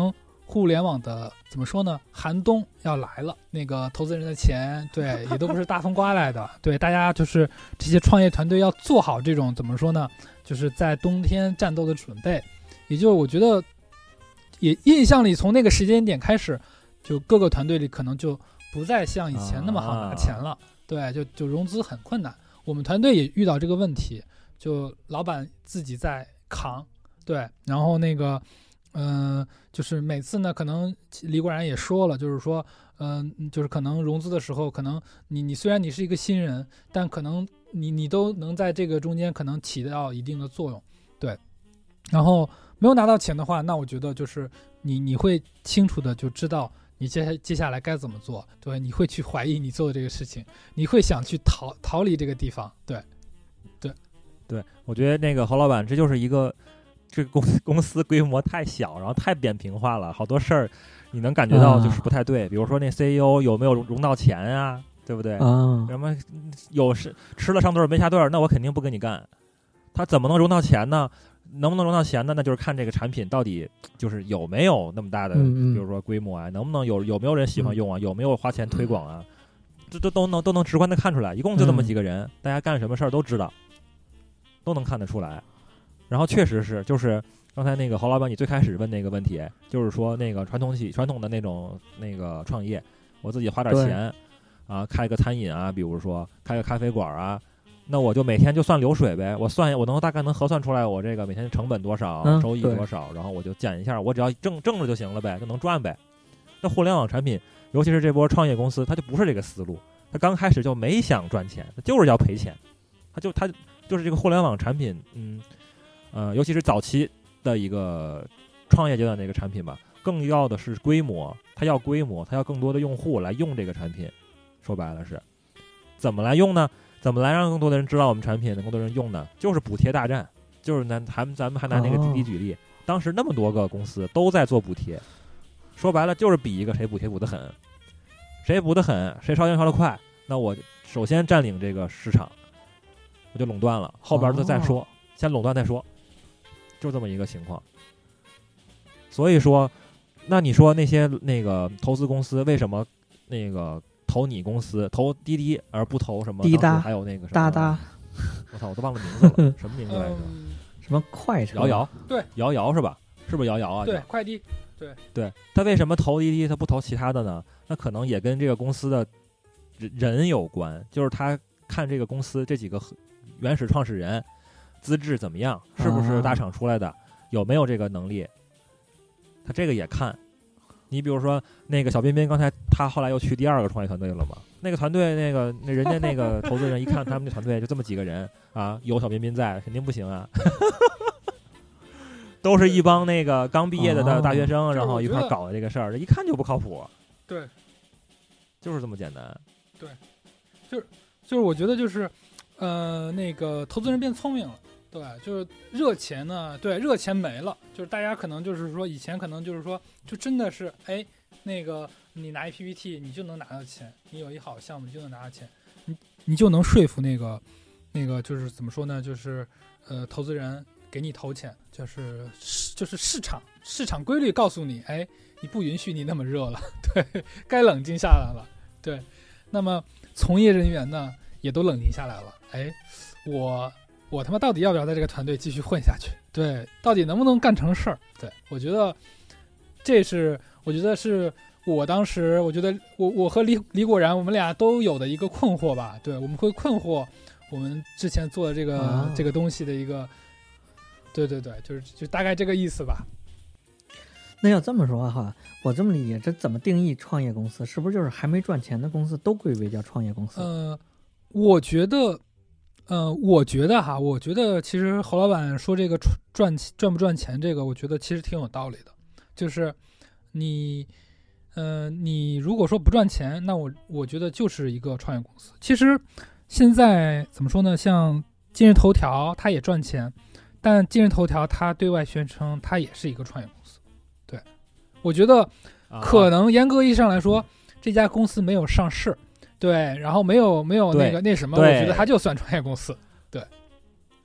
互联网的怎么说呢？寒冬要来了，那个投资人的钱，对，也都不是大风刮来的。对，大家就是这些创业团队要做好这种怎么说呢？就是在冬天战斗的准备。也就我觉得，也印象里从那个时间点开始，就各个团队里可能就不再像以前那么好拿钱了。啊、对，就就融资很困难。我们团队也遇到这个问题，就老板自己在扛，对，然后那个。嗯、呃，就是每次呢，可能李果然也说了，就是说，嗯、呃，就是可能融资的时候，可能你你虽然你是一个新人，但可能你你都能在这个中间可能起到一定的作用，对。然后没有拿到钱的话，那我觉得就是你你会清楚的就知道你接接下来该怎么做，对，你会去怀疑你做的这个事情，你会想去逃逃离这个地方，对，对， 对，我觉得那个侯老板这就是一个。这个公司公司规模太小，然后太扁平化了，好多事儿你能感觉到就是不太对。啊、比如说那 C E O 有没有融到钱啊，对不对？啊，什么有是吃了上顿没下顿，那我肯定不跟你干。他怎么能融到钱呢？能不能融到钱呢？那就是看这个产品到底就是有没有那么大的， 嗯嗯比如说规模啊，能不能有有没有人喜欢用啊，有没有花钱推广啊，这这都能都能直观的看出来。一共就这么几个人，嗯、大家干什么事儿都知道，都能看得出来。然后确实是，就是刚才那个侯老板，你最开始问那个问题，就是说那个传统系传统的那种那个创业，我自己花点钱啊，开个餐饮啊，比如说开个咖啡馆啊，那我就每天就算流水呗，我算我能大概能核算出来我这个每天成本多少， 嗯、 收益多少，然后我就减一下，我只要挣挣着就行了呗，就能赚呗。那互联网产品，尤其是这波创业公司，它就不是这个思路，它刚开始就没想赚钱，它就是要赔钱，它就它就是这个互联网产品，嗯。呃，尤其是早期的一个创业阶段的一个产品吧，更要的是规模，它要规模，它要更多的用户来用这个产品。说白了是，怎么来用呢？怎么来让更多的人知道我们产品，更多人用呢？就是补贴大战，就是拿还咱们还拿那个滴滴举例，哦、当时那么多个公司都在做补贴，说白了就是比一个谁补贴补得狠，谁补得狠，谁烧钱烧得快，那我首先占领这个市场，我就垄断了，后边就再说，哦、先垄断再说。就这么一个情况，所以说，那你说那些那个投资公司为什么那个投你公司投滴滴而不投什么滴答， 还有那个什么哒哒， 我操，我都忘了名字了，什么名字来着？ 嗯、 什么快车？ 摇摇， 对， 摇摇是吧？是不是摇摇啊？ 对，快滴，对对，他为什么投滴滴，他不投其他的呢？那可能也跟这个公司的人有关，就是他看这个公司这几个原始创始人。资质怎么样？是不是大厂出来的？啊、有没有这个能力？他这个也看。你比如说那个小彬彬，刚才他后来又去第二个创业团队了嘛？那个团队，那个那人家那个投资人一看他们那团队就这么几个人啊，有小彬彬在，肯定不行啊。都是一帮那个刚毕业的大大学生， 哦、 然后一块搞的这个事儿，一看就不靠谱。 对， 就是这么简单。 对，就是就是我觉得就是呃，那个投资人变聪明了。对，就是热钱呢，对，热钱没了，就是大家可能就是说，以前可能就是说，就真的是，哎，那个你拿一 P P T， 你就能拿到钱，你有一好项目，你就能拿到钱，你你就能说服那个那个就是怎么说呢，就是呃，投资人给你投钱，就是就是市场市场规律告诉你，哎，你不允许你那么热了，对，该冷静下来了，对，那么从业人员呢也都冷静下来了，哎，我。我他妈到底要不要在这个团队继续混下去？对，到底能不能干成事儿？对，我觉得这是，我觉得是我当时，我觉得我我和李李果然，我们俩都有的一个困惑吧。对，我们会困惑我们之前做的这个、啊、这个东西的一个，对对对，就是就大概这个意思吧。 那要这么说哈，我这么理解，这怎么定义创业公司？是不是就是还没赚钱的公司都归为叫创业公司？ 呃，我觉得。呃，我觉得哈，我觉得其实侯老板说这个赚赚不赚钱，这个我觉得其实挺有道理的。就是你，呃，你如果说不赚钱，那我我觉得就是一个创业公司。其实现在怎么说呢？像今日头条，它也赚钱，但今日头条它对外宣称它也是一个创业公司。对，我觉得可能严格意义上来说，这家公司没有上市。对，然后没有没有那个那什么，我觉得他就算创业公司。对，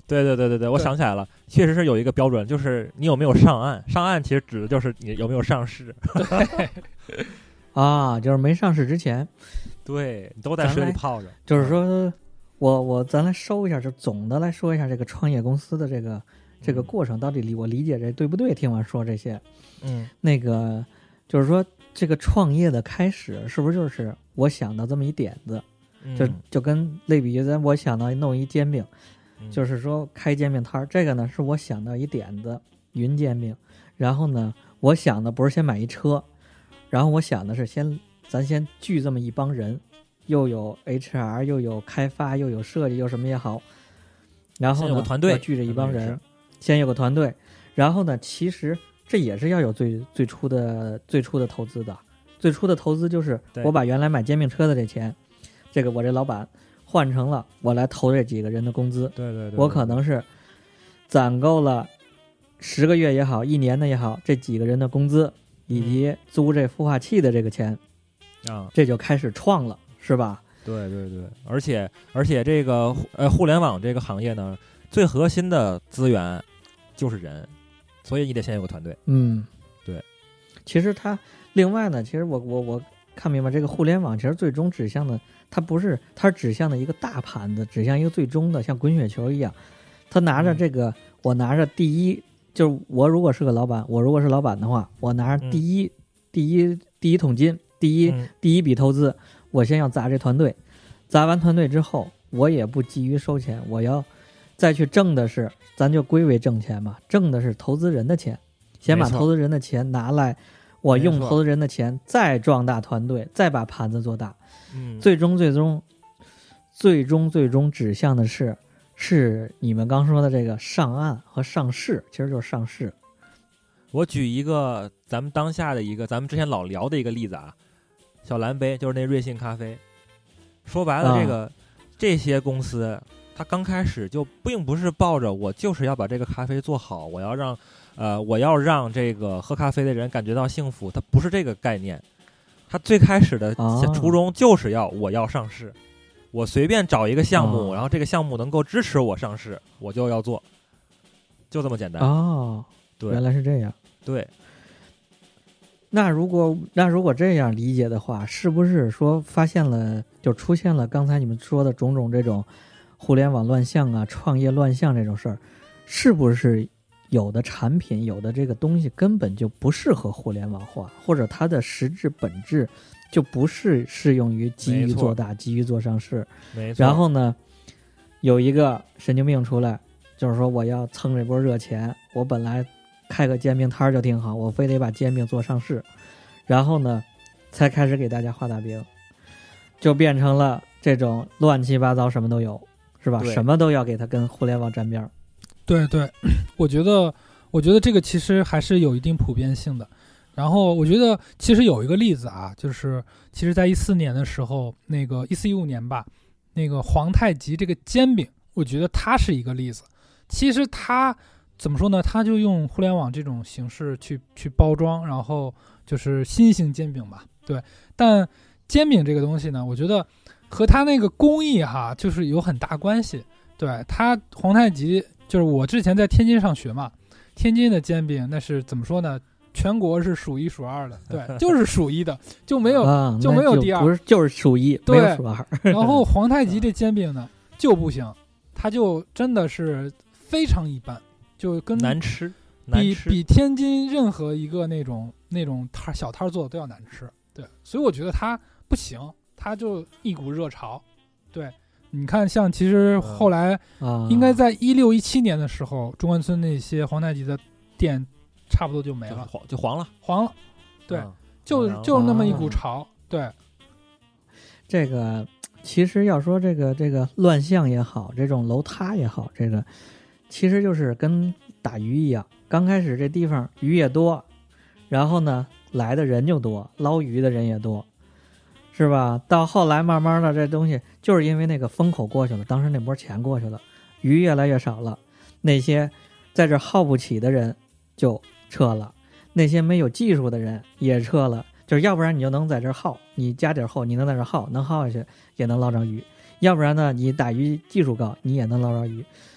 对对对对对，我想起来了，确实是有一个标准，就是你有没有上岸。上岸其实指的就是你有没有上市。 对啊，就是没上市之前， 对你都在水里泡着。 就是说我我咱来收一下，就总的来说一下这个创业公司的这个这个过程到底理我理解这对不对？听完说这些， 嗯， 那个就是说这个创业的开始是不是就是我想到这么一点子， 嗯就就跟类比咱我想到弄一煎饼。 嗯就是说开煎饼摊儿，这个呢是我想到一点子，云煎饼。然后呢，我想的不是先买一车，然后我想的是先咱先聚这么一帮人，又有 H R， 又有开发，又有设计，又什么也好。然后呢， 先有个团队要聚着一帮人，先有个团队。然后呢，其实这也是要有最最初的最初的投资的。最初的投资就是我把原来买煎饼车的这钱，这个我这老板。换成了我来投这几个人的工资， 对对 对, 对， 我可能是攒够了十个月也好，一年的也好，这几个人的工资以及租这孵化器的这个钱， 啊， 这就开始创了，是吧？ 对对对，而且而且这个呃互联网这个行业呢，最核心的资源就是人，所以你得先有个团队。 嗯， 对。 其实它另外呢，其实我我我看明白，这个互联网其实最终指向的。它不是，它指向的一个大盘子，指向一个最终的，像滚雪球一样。他拿着这个，嗯、我拿着第一，就是我如果是个老板，我如果是老板的话，我拿着第一、嗯、第一、第一桶金，第一、嗯、第一笔投资，我先要砸这团队，砸完团队之后，我也不急于收钱，我要再去挣的是，咱就归为挣钱嘛，挣的是投资人的钱，先把投资人的钱拿来，我用投资人的钱再壮大团队，再把盘子做大。 嗯， 最终最终最终最终指向的是是你们刚说的这个上岸和上市，其实就是上市。 我举一个咱们当下的一个咱们之前老聊的一个例子啊，小蓝杯就是那瑞幸咖啡。说白了，这个、啊、这些公司它刚开始就并不是抱着我就是要把这个咖啡做好，我要让呃我要让这个喝咖啡的人感觉到幸福，它不是这个概念。他最开始的初衷就是要我要上市，哦、我随便找一个项目，哦、然后这个项目能够支持我上市，我就要做，就这么简单。 哦， 对， 原来是这样。 对， 那如果那如果这样理解的话，是不是说发现了就出现了刚才你们说的种种这种互联网乱象啊、创业乱象这种事儿，是不是？有的产品有的这个东西根本就不适合互联网化，或者它的实质本质就不是适用于急于做大急于做上市。 没错。 然后呢有一个神经病出来，就是说我要蹭这波热钱，我本来开个煎饼摊就挺好，我非得把煎饼做上市，然后呢才开始给大家画大饼，就变成了这种乱七八糟什么都有，是吧？什么都要给它跟互联网沾边。 对对，我觉得，我觉得这个其实还是有一定普遍性的。然后我觉得其实有一个例子啊，就是其实在一四年的时候，那个一四一五年吧，那个皇太极这个煎饼，我觉得它是一个例子。其实它怎么说呢？它就用互联网这种形式去去包装，然后就是新型煎饼吧，对。但煎饼这个东西呢，我觉得和它那个工艺哈，就是有很大关系。对，它皇太极。就是我之前在天津上学嘛，天津的煎饼那是怎么说呢？全国是数一数二的，对，就是数一的，就没有、 啊、 就没有第二， 不是就是数一， 对， 没有数二。 然后皇太极这煎饼呢就不行，它就真的是非常一般，就跟难吃， 比比天津任何一个那种那种摊小摊做的都要难吃，对，所以我觉得它不行，它就一股热潮，对。你看，像其实后来，应该在一六一七年的时候，中关村那些皇太极的店，差不多就没了， 就, 就黄了， 黄了，对，嗯、就就那么一股潮，啊、对。 这个其实要说这个这个乱象也好，这种楼塌也好，这个其实就是跟打鱼一样，刚开始这地方鱼也多，然后呢来的人就多，捞鱼的人也多。是吧？到后来慢慢的这东西就是因为那个风口过去了，当时那波钱过去了，鱼越来越少了，那些在这耗不起的人就撤了，那些没有技术的人也撤了，就是要不然你就能在这耗，你加点后你能在这耗，能耗下去也能捞着鱼，要不然呢你打鱼技术高你也能捞着鱼，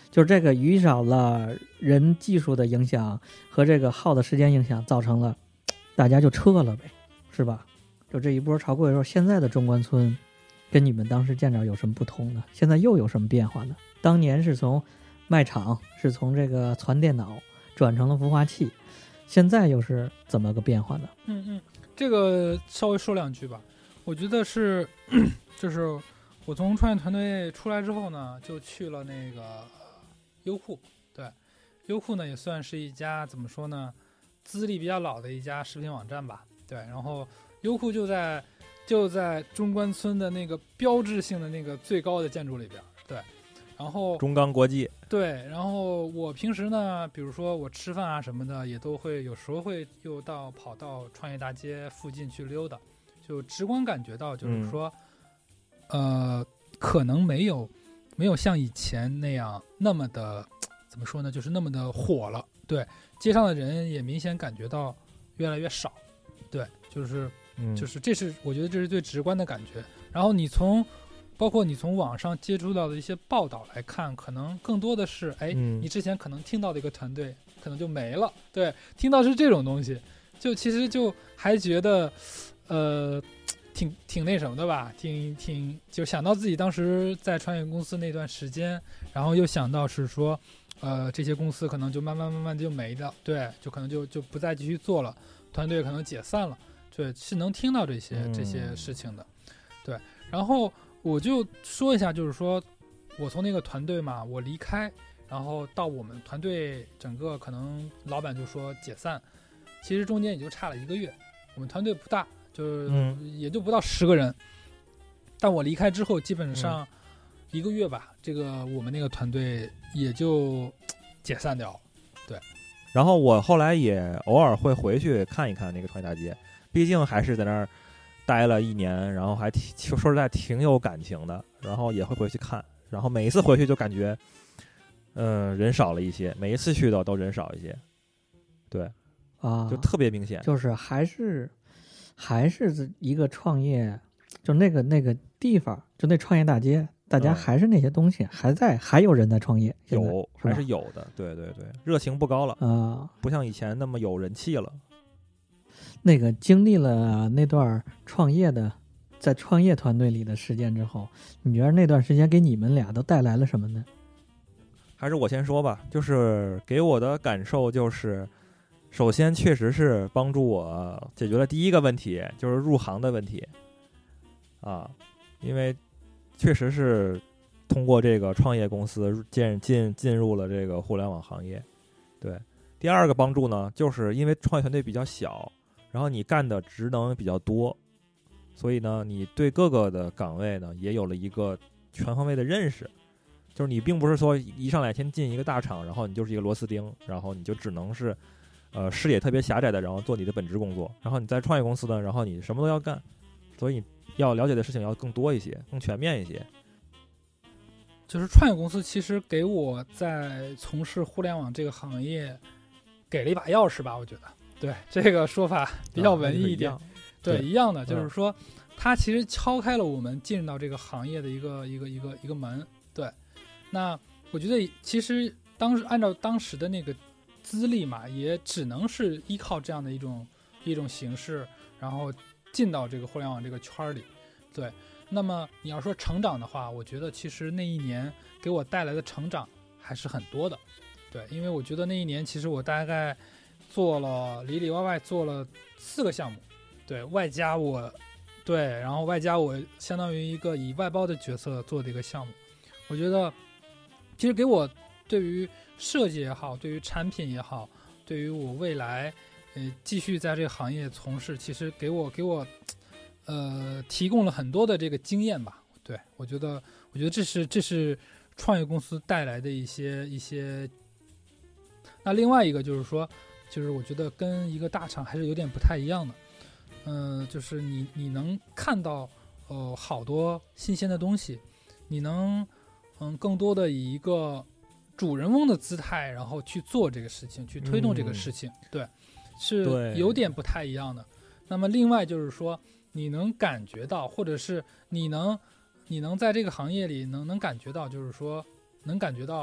就是这个鱼少了人技术的影响和这个耗的时间影响，造成了大家就撤了呗，是吧？就这一波潮过以后，现在的中关村跟你们当时见着有什么不同呢？现在又有什么变化呢？当年是从卖场，是从这个传电脑转成了孵化器，现在又是怎么个变化呢？ 嗯嗯，这个稍微说两句吧。我觉得是，就是我从创业团队出来之后呢，就去了那个优酷。对，优酷呢也算是一家怎么说呢，资历比较老的一家视频网站吧。对，然后优酷就在就在中关村的那个标志性的那个最高的建筑里边。对，然后中钢国际。 对，然后我平时呢，比如说我吃饭啊什么的，也都会有时候会又到跑到创业大街附近去溜达。就直观感觉到，就是说，嗯、呃，可能没有没有像以前那样那么的怎么说呢，就是那么的火了。对，街上的人也明显感觉到越来越少。对，就是就是这是我觉得这是最直观的感觉。然后你从包括你从网上接触到的一些报道来看，可能更多的是，哎， 嗯、 你之前可能听到的一个团队可能就没了。对，听到是这种东西，就其实就还觉得。呃，挺挺那什么的吧，挺挺就想到自己当时在创业公司那段时间，然后又想到是说，呃，这些公司可能就慢慢慢慢就没了，对，就可能就就不再继续做了，团队可能解散了，对，是能听到这些这些事情的，对。然后我就说一下，就是说我从那个团队嘛，我离开，然后到我们团队整个可能老板就说解散，其实中间也就差了一个月，我们团队不大。就是也就不到十个人，嗯、但我离开之后，基本上一个月吧，嗯、这个我们那个团队也就解散掉了。对， 然后我后来也偶尔会回去看一看那个创业大街，毕竟还是在那儿待了一年，然后还挺说实在挺有感情的，然后也会回去看，然后每一次回去就感觉，嗯、呃，人少了一些，每一次去的都人少一些，对， 啊， 就特别明显， 就是还是。还是一个创业，就那个那个地方，就那创业大街，大家还是那些东西，嗯、还在，还有人在创业， 有还是有的，对对对，热情不高了啊， 不像以前那么有人气了。 那个经历了那段创业的，在创业团队里的时间之后，你觉得那段时间给你们俩都带来了什么呢？ 还是我先说吧，就是给我的感受就是。首先，确实是帮助我解决了第一个问题，就是入行的问题，啊，因为确实是通过这个创业公司进进进入了这个互联网行业。对，第二个帮助呢，就是因为创业团队比较小，然后你干的职能比较多，所以呢，你对各个的岗位呢也有了一个全方位的认识。就是你并不是说一上来先进一个大厂，然后你就是一个螺丝钉，然后你就只能是。呃，视野特别狭窄的，然后做你的本职工作。然后你在创业公司呢，然后你什么都要干，所以你要了解的事情要更多一些，更全面一些。 就是创业公司其实给我在从事互联网这个行业给了一把钥匙吧，我觉得。对，这个说法比较文艺一点。啊、对， 对， 一样的，就是说，它其实敲开了我们进入到这个行业的一个一个一个一个门。对，那我觉得其实当时按照当时的那个。资历嘛，也只能是依靠这样的一种一种形式，然后进到这个互联网这个圈里。对，那么你要说成长的话，我觉得其实那一年给我带来的成长还是很多的。对，因为我觉得那一年其实我大概做了里里外外做了四个项目，对外加我对，然后外加我相当于一个以外包的角色做的一个项目，我觉得其实给我对于设计也好，对于产品也好，对于我未来呃继续在这个行业从事，其实给我给我呃提供了很多的这个经验吧。对，我觉得我觉得这是这是创业公司带来的一些一些。那另外一个就是说，就是我觉得跟一个大厂还是有点不太一样的。嗯、呃，就是你你能看到呃好多新鲜的东西，你能嗯更多的以一个主人翁的姿态，然后去做这个事情，去推动这个事情，嗯、对，是有点不太一样的。那么另外就是说，你能感觉到，或者是你能，你能在这个行业里能能感觉到，就是说能感觉到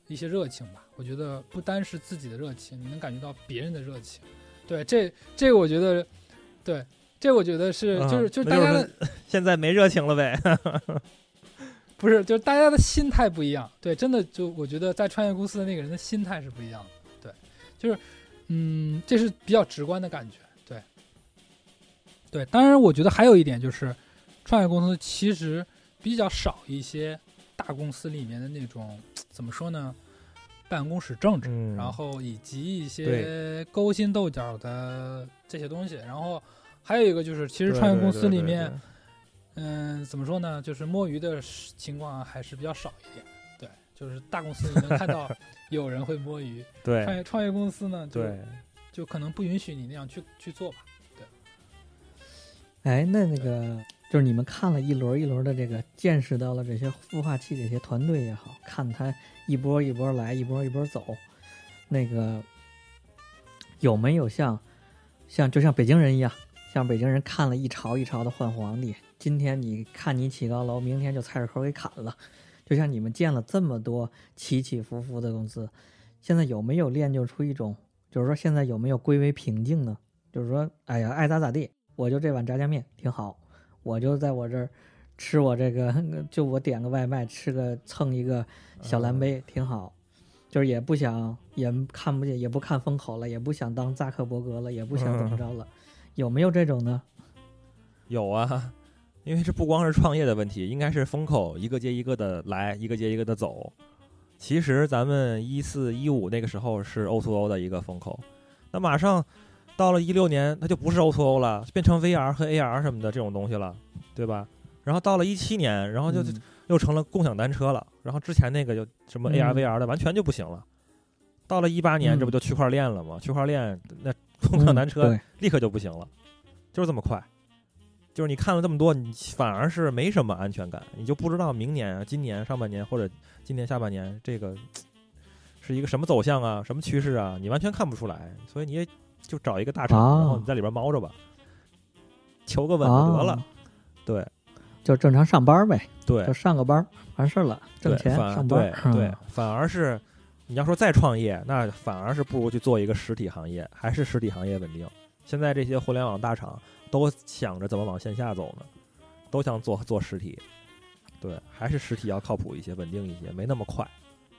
一些热情吧。我觉得不单是自己的热情，你能感觉到别人的热情。对，这这个我觉得，对，这我觉得是、嗯、就是就是大家的现在没热情了呗。 不是，就是大家的心态不一样。对，真的就我觉得在创业公司的那个人的心态是不一样的。对，就是嗯，这是比较直观的感觉。对，对，当然我觉得还有一点就是，创业公司其实比较少一些大公司里面的那种怎么说呢，办公室政治， 嗯、 然后以及一些勾心斗角的这些东西。然后还有一个就是，其实创业公司里面。对对对对对嗯，怎么说呢？就是摸鱼的情况还是比较少一点。对，就是大公司你能看到有人会摸鱼， 对， 创业创业公司呢，就对， 就可能不允许你那样去去做吧。对。 哎，那那个就是你们看了一轮一轮的这个，见识到了这些孵化器这些团队也好，看他一波一波来，一波一波走，那个有没有像像就像北京人一样？像北京人看了一朝一朝的换皇帝，今天你看你起高楼，明天就菜市口给砍了。就像你们见了这么多起起伏伏的公司，现在有没有练就出一种，就是说现在有没有归为平静呢？就是说，哎呀，爱咋咋地，我就这碗炸酱面挺好，我就在我这儿吃我这个，就我点个外卖，吃个蹭一个小蓝杯、嗯、挺好。就是也不想，也看不见，也不看风口了，也不想当扎克伯格了，也不想怎么着了。嗯，有没有这种呢？ 有啊，因为这不光是创业的问题，应该是风口一个接一个的来，一个接一个的走。其实咱们一四一五那个时候是 O to O 的一个风口，那马上到了一六年，它就不是 O to O 了，变成 V R 和 A R 什么的这种东西了，对吧？然后到了一七年，然后就、嗯、又成了共享单车了，然后之前那个就什么 A R、嗯、V R 的完全就不行了。到了一八年，这不就区块链了吗？嗯、区块链那共享单车立刻就不行了，嗯、就是这么快。就是你看了这么多，你反而是没什么安全感，你就不知道明年、今年上半年或者今年下半年这个是一个什么走向啊，什么趋势啊，你完全看不出来。所以你也就找一个大厂，啊、然后你在里边猫着吧，求个稳就得了。啊、对， 就正常上班呗。 对， 就上个班完事了，挣钱上班。 对对，反而是。你要说再创业，那反而是不如去做一个实体行业，还是实体行业稳定。现在这些互联网大厂都想着怎么往线下走呢，都想做做实体。对，还是实体要靠谱一些，稳定一些，没那么快。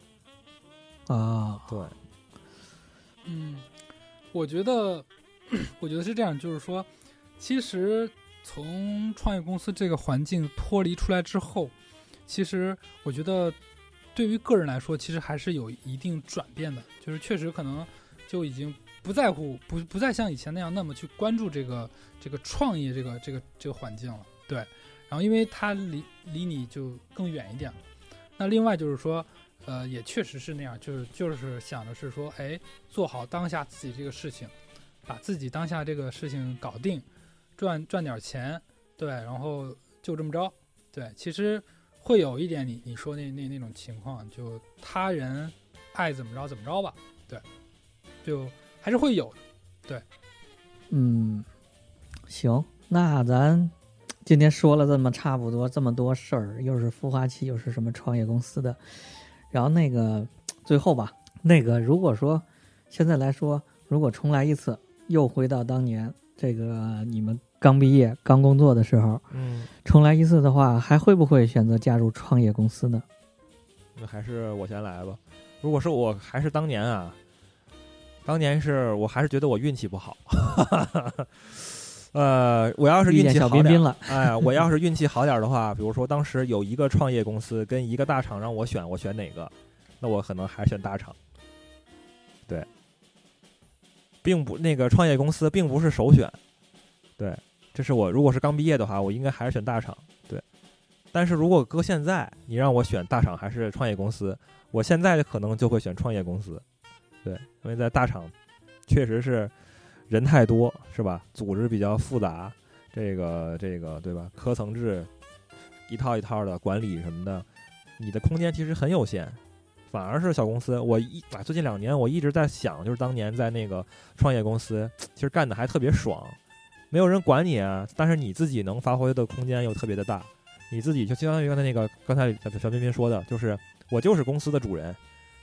啊， 对， 嗯，我觉得，我觉得是这样，就是说，其实从创业公司这个环境脱离出来之后，其实我觉得。对于个人来说，其实还是有一定转变的，就是确实可能就已经不在乎，不不再像以前那样那么去关注这个这个创业这个这个这个环境了。对，然后因为它离离你就更远一点。那另外就是说，呃，也确实是那样，就是就是想的是说，哎，做好当下自己这个事情，把自己当下这个事情搞定，赚赚点钱，对，然后就这么着，对，其实。会有一点你你说那那那种情况，就他人爱怎么着怎么着吧，对，就还是会有的，对， 嗯，行，那咱今天说了这么差不多这么多事儿，又是孵化器，又是什么创业公司的，然后那个最后吧，那个如果说现在来说，如果重来一次，又回到当年这个你们。刚毕业刚工作的时候， 嗯， 重来一次的话，还会不会选择加入创业公司呢？ 那还是我先来吧。如果是我还是当年啊，当年是我还是觉得我运气不好。呃，我要是运气好点， 小彬彬了， 哎，我要是运气好点的话，比如说当时有一个创业公司跟一个大厂让我选，我选哪个？那我可能还选大厂。对，并不那个创业公司并不是首选。对。这是我如果是刚毕业的话，我应该还是选大厂。对，但是如果搁现在，你让我选大厂还是创业公司，我现在可能就会选创业公司。对，因为在大厂确实是人太多，是吧？组织比较复杂，这个这个对吧？科层制一套一套的管理什么的，你的空间其实很有限。反而是小公司，我一啊最近两年我一直在想，就是当年在那个创业公司，其实干的还特别爽。没有人管你啊，但是你自己能发挥的空间又特别的大，你自己就相当于刚才那个刚才小彬彬说的，就是我就是公司的主人，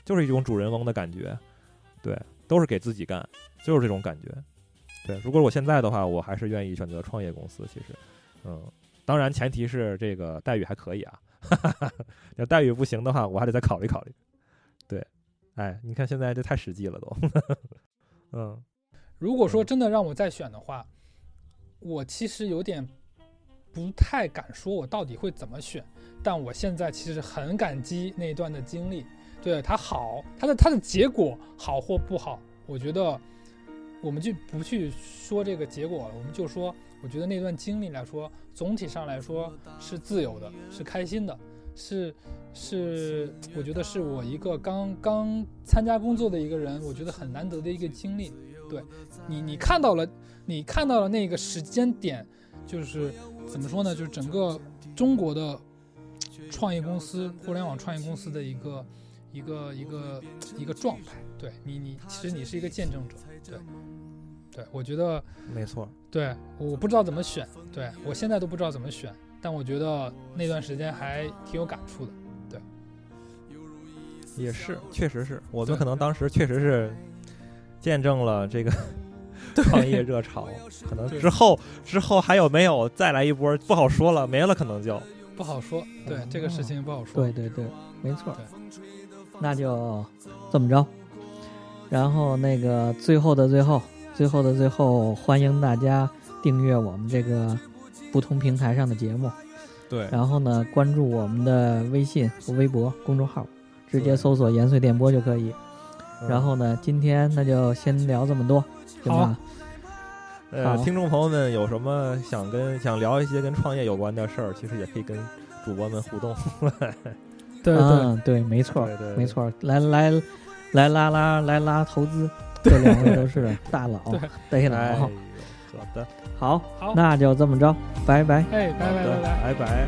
就是一种主人翁的感觉，对，都是给自己干，就是这种感觉。对，如果我现在的话，我还是愿意选择创业公司。其实，嗯，当然前提是这个待遇还可以啊。要待遇不行的话，我还得再考虑考虑。对，哎，你看现在这太实际了都。嗯， 如果说真的让我再选的话，我其实有点不太敢说我到底会怎么选，但我现在其实很感激那一段的经历。对，它好，它的它的结果好或不好，我觉得我们就不去说这个结果了，我们就说我觉得那段经历来说，总体上来说是自由的，是开心的，是是我觉得是我一个刚刚参加工作的一个人，我觉得很难得的一个经历。对，你你看到了你看到了那个时间点，就是怎么说呢，就是整个中国的创业公司，互联网创业公司的一个一个一个一个状态。对你你其实你是一个见证者。对对，我觉得没错。 对，我不知道怎么选，对我现在都不知道怎么选，但我觉得那段时间还挺有感触的。对， 也是，确实是我们可能当时确实是见证了这个创业热潮，可能之后之后还有没有再来一波不好说了，没了可能就不好说。对、嗯、这个事情不好说。 对对对，没错。那就这么着。然后那个最后的最后，最后的最后，欢迎大家订阅我们这个不同平台上的节目。 对。 然后呢，关注我们的微信和微博公众号，直接搜索延绥电波就可以。然后呢，今天那就先聊这么多，行吧？ 呃，听众朋友们有什么想跟想聊一些跟创业有关的事儿，其实也可以跟主播们互动。 对对、 嗯、对，没错， 对对对没错，来来来拉拉来拉投资，这两位都是大佬，大佬。 哎、好的， 好， 好， 那就这么着，拜拜。 哎，拜拜拜拜拜拜。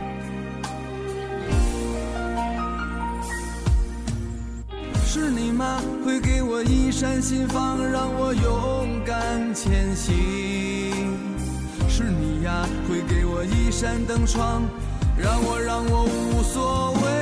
是你吗？会给我一扇心房，让我勇敢前行。是你呀，会给我一扇灯窗，让我让我无所谓。